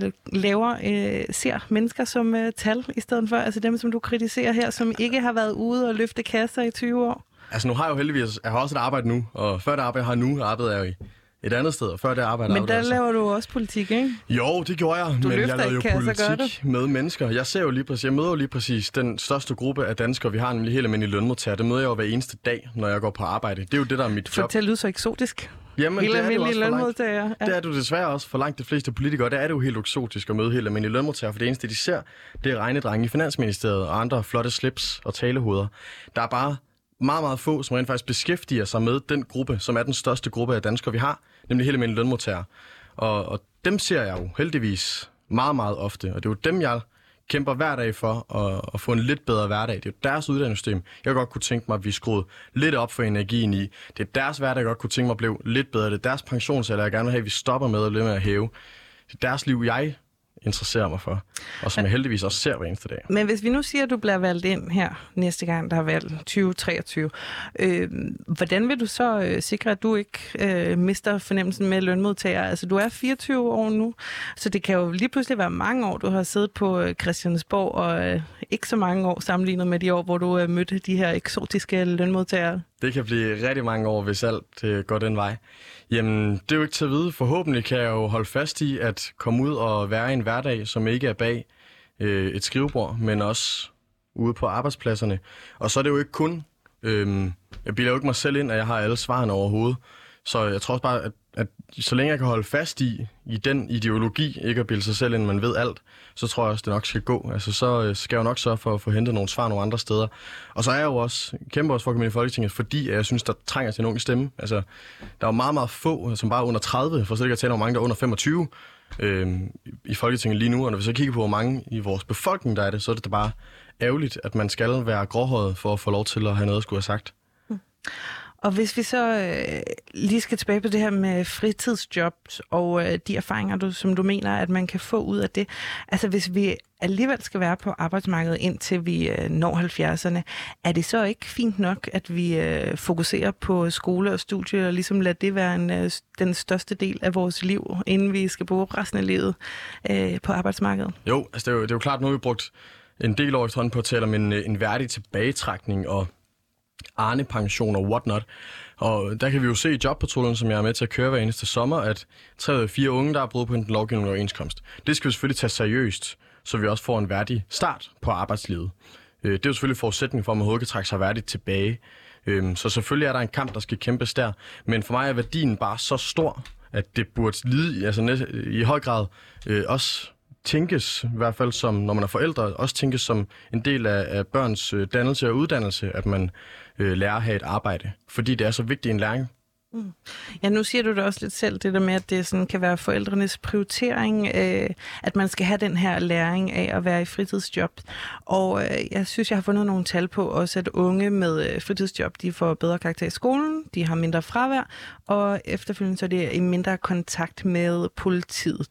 ser mennesker som tal i stedet for? Altså dem, som du kritiserer her, som ikke har været ude og løfte kasser i 20 år? Altså nu har jeg jo heldigvis, jeg har også et arbejde nu, og før det arbejde, jeg har nu, arbejdede jeg jo i et andet sted, og før det arbejde. Men der laver du også politik, ikke? Jo, det gjorde jeg, men jeg lavede jo politik med mennesker. Jeg møder jo lige præcis den største gruppe af danskere, vi har, nemlig helt almindelige lønmodtagere. Det møder jeg jo hver eneste dag, når jeg går på arbejde. Det er jo det, der er mit job. Fortæl ud så eksotisk. Jamen, helt almindelige lønmodtagere. Ja. Det er du desværre også for langt de fleste politikere. Der er det jo helt eksotisk at møde helt almindelige lønmodtagere, for det eneste, de ser, det er regnedrenge i Finansministeriet og andre flotte slips og talehoveder. Der er bare meget, meget få, som rent faktisk beskæftiger sig med den gruppe, som er den største gruppe af danskere, vi har, nemlig helt almindelige lønmodtagere. Og dem ser jeg jo heldigvis meget, meget ofte, og det er jo dem, jeg kæmper hver dag for at få en lidt bedre hverdag. Det er jo deres uddannelsessystem, jeg godt kunne tænke mig, at vi skruede lidt op for energien i. Det er deres hverdag, jeg godt kunne tænke mig at blive lidt bedre. Det er deres pensionsalder, jeg gerne vil have, at vi stopper med at løbe med at hæve. Det er deres liv, jeg interesserer mig for, og som jeg heldigvis også ser hver eneste dag. Men hvis vi nu siger, at du bliver valgt ind her næste gang, der er valgt 2023, hvordan vil du så sikre, at du ikke mister fornemmelsen med lønmodtager? Altså, du er 24 år nu, så det kan jo lige pludselig være mange år, du har siddet på Christiansborg, og ikke så mange år sammenlignet med de år, hvor du mødte de her eksotiske lønmodtagere. Det kan blive rigtig mange år, hvis alt går den vej. Jamen, det er jo ikke til at vide. Forhåbentlig kan jeg jo holde fast i at komme ud og være i en hverdag, som ikke er bag et skrivebord, men også ude på arbejdspladserne. Og så er det jo ikke kun, jeg bilder jo ikke mig selv ind, at jeg har alle svarene overhovedet. Så jeg tror også bare, at så længe jeg kan holde fast i den ideologi, ikke at bilde sig selv ind, man ved alt, så tror jeg også, det nok skal gå. Altså, så skal jeg jo nok sørge for at få hentet nogle svar nogle andre steder. Og så er jeg jo også kæmpe også for at komme ind i Folketinget, fordi jeg synes, der trænger til en ung stemme. Altså, der er jo meget, meget få, som bare er under 30, for slet ikke at tale om mange, der er under 25 i Folketinget lige nu. Og når vi så kigger på, hvor mange i vores befolkning der er det, så er det da bare ærgerligt, at man skal være gråhåret for at få lov til at have noget at skulle have sagt. Og hvis vi så lige skal tilbage på det her med fritidsjobs og de erfaringer, som du mener, at man kan få ud af det. Altså hvis vi alligevel skal være på arbejdsmarkedet indtil vi når 70'erne, er det så ikke fint nok, at vi fokuserer på skole og studie og ligesom lader det være den største del af vores liv, inden vi skal bruge resten af livet på arbejdsmarkedet? Jo, altså det er jo klart, nu har vi brugt en del år efterhånden på at tale om en værdig tilbagetrækning og Arne-pension og whatnot. Og der kan vi jo se i jobpatruljen, som jeg er med til at køre hver eneste sommer, at 3 ud af 4 unge, der er brudt på den lovgivning og overenskomst. Det skal vi selvfølgelig tage seriøst, så vi også får en værdig start på arbejdslivet. Det er jo selvfølgelig forudsætning for, at man overhovedet kan trække sig værdigt tilbage. Så selvfølgelig er der en kamp, der skal kæmpes der. Men for mig er værdien bare så stor, at det burde i høj grad også tænkes, i hvert fald som, når man er forældre, også tænkes som en del af børns dannelse og uddannelse, at man lærer at have et arbejde. Fordi det er så vigtig en læring. Ja, nu siger du det også lidt selv, det der med, at det sådan kan være forældrenes prioritering, at man skal have den her læring af at være i fritidsjob. Og jeg synes, jeg har fundet nogle tal på også, at unge med fritidsjob, de får bedre karakter i skolen, de har mindre fravær, og efterfølgende så er det i mindre kontakt med politiet.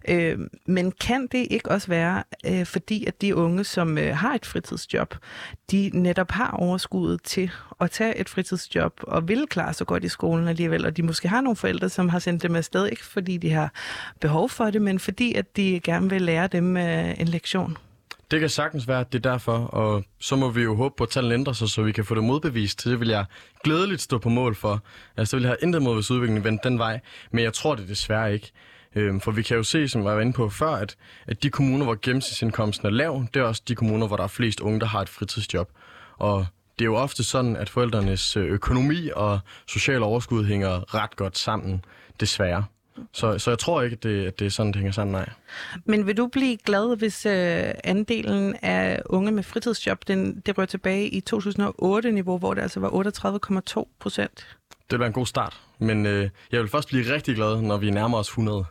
Men kan det ikke også være, fordi at de unge, som har et fritidsjob, de netop har overskuddet til at tage et fritidsjob og vil klare sig godt i skolen alligevel, og de måske har nogle forældre, som har sendt dem afsted, ikke fordi de har behov for det, men fordi at de gerne vil lære dem en lektion. Det kan sagtens være, at det er derfor, og så må vi jo håbe på, at tallene ændrer sig, så vi kan få det modbevist. Det vil jeg glædeligt stå på mål for. Altså, det vil jeg have intet mod, hvis udviklingen vendte den vej, men jeg tror det desværre ikke. For vi kan jo se, som jeg var inde på før, at de kommuner, hvor gennemsnitsindkomsten er lav, det er også de kommuner, hvor der er flest unge, der har et fritidsjob. Og det er jo ofte sådan, at forældrenes økonomi og social overskud hænger ret godt sammen, desværre. Så jeg tror ikke, at det er sådan, det hænger sammen, nej. Men vil du blive glad, hvis andelen af unge med fritidsjob, det rører tilbage i 2008-niveau, hvor det altså var 38,2%? Det vil være en god start, men jeg vil først blive rigtig glad, når vi nærmer os 100.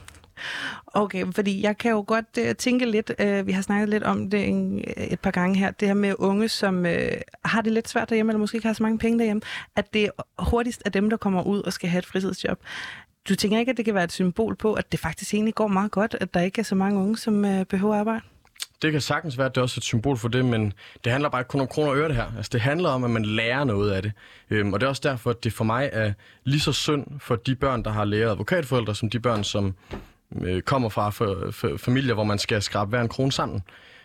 Okay, fordi jeg kan jo godt tænke lidt, vi har snakket lidt om det et par gange her, det her med unge, som har det lidt svært derhjemme, eller måske ikke har så mange penge derhjemme, at det hurtigst er dem, der kommer ud og skal have et fritidsjob. Du tænker ikke, at det kan være et symbol på, at det faktisk egentlig går meget godt, at der ikke er så mange unge, som behøver arbejde? Det kan sagtens være, at det er også et symbol for det, men det handler bare ikke kun om kroner og øre det her. Altså, det handler om, at man lærer noget af det. Og det er også derfor, at det for mig er lige så synd for de børn, der har lærer advokatforældre, som de børn, som kommer fra familier, hvor man skal skrabe hver en krone sammen.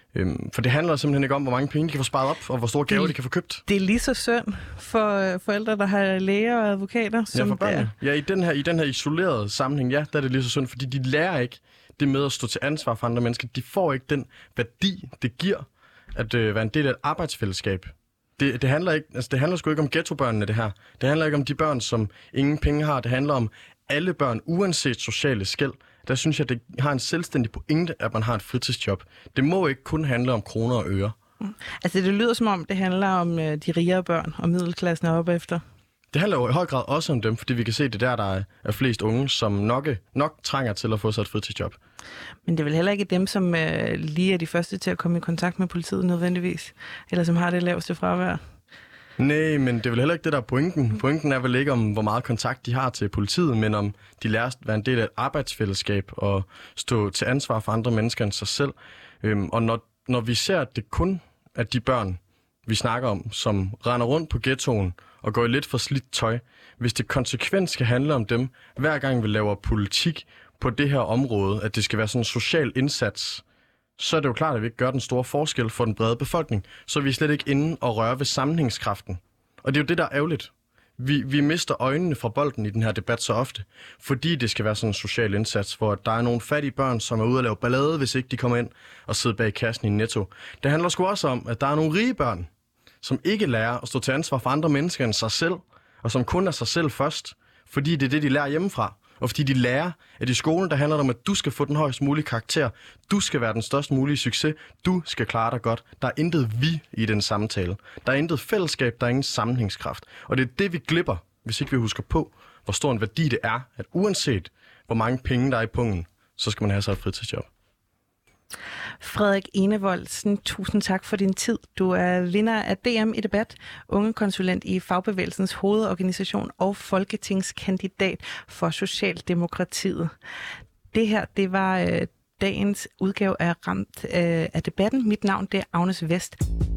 For det handler simpelthen ikke om, hvor mange penge de kan få sparet op, og hvor store gaver de kan få købt. Det er lige så synd for forældre, der har læger og advokater, som for børnene. Ja, i den her isolerede sammenhæng, ja, der er det lige så synd, fordi de lærer ikke det med at stå til ansvar for andre mennesker. De får ikke den værdi, det giver at være en del af et arbejdsfællesskab. Det handler sgu ikke om ghettobørnene, det her. Det handler ikke om de børn, som ingen penge har. Det handler om alle børn, uanset sociale skel. Der synes jeg, det har en selvstændig pointe, at man har et fritidsjob. Det må ikke kun handle om kroner og øre. Altså, det lyder som om, det handler om de rigere børn og middelklassen op efter. Det handler jo i høj grad også om dem, fordi vi kan se, at det der er flest unge, som nok trænger til at få sig et fritidsjob. Men det er vel heller ikke dem, som lige er de første til at komme i kontakt med politiet nødvendigvis, eller som har det laveste fravær. Nej, men det er vel heller ikke det, der er pointen. Pointen er vel ikke om, hvor meget kontakt de har til politiet, men om de lærer at være en del af et arbejdsfællesskab og stå til ansvar for andre mennesker end sig selv. Og når vi ser, at det kun er de børn, vi snakker om, som render rundt på ghettoen og går i lidt for slidt tøj, hvis det konsekvent skal handle om dem, hver gang vi laver politik på det her område, at det skal være sådan en social indsats, så er det jo klart, at vi ikke gør den store forskel for den brede befolkning. Så er vi slet ikke inde og røre ved sammenhængskraften. Og det er jo det, der er ærgerligt. Vi mister øjnene fra bolden i den her debat så ofte, fordi det skal være sådan en social indsats, hvor der er nogle fattige børn, som er ude at lave ballade, hvis ikke de kommer ind og sidder bag kassen i Netto. Det handler sgu også om, at der er nogle rige børn, som ikke lærer at stå til ansvar for andre mennesker end sig selv, og som kun er sig selv først, fordi det er det, de lærer hjemmefra. og fordi de lærer, at i skolen, der handler det om, at du skal få den højst mulige karakter, du skal være den størst mulige succes, du skal klare dig godt. Der er intet vi i den samtale. Der er intet fællesskab, der er ingen sammenhængskraft. Og det er det, vi glipper, hvis ikke vi husker på, hvor stor en værdi det er, at uanset hvor mange penge der er i pungen, så skal man have sig et fritidsjob. Frederik Enevoldsen, tusind tak for din tid. Du er vinder af DM i debat, ungekonsulent i Fagbevægelsens hovedorganisation og folketingskandidat for Socialdemokratiet. Det her, det var dagens udgave af Ramt af debatten. Mit navn, det er Agnes Vest.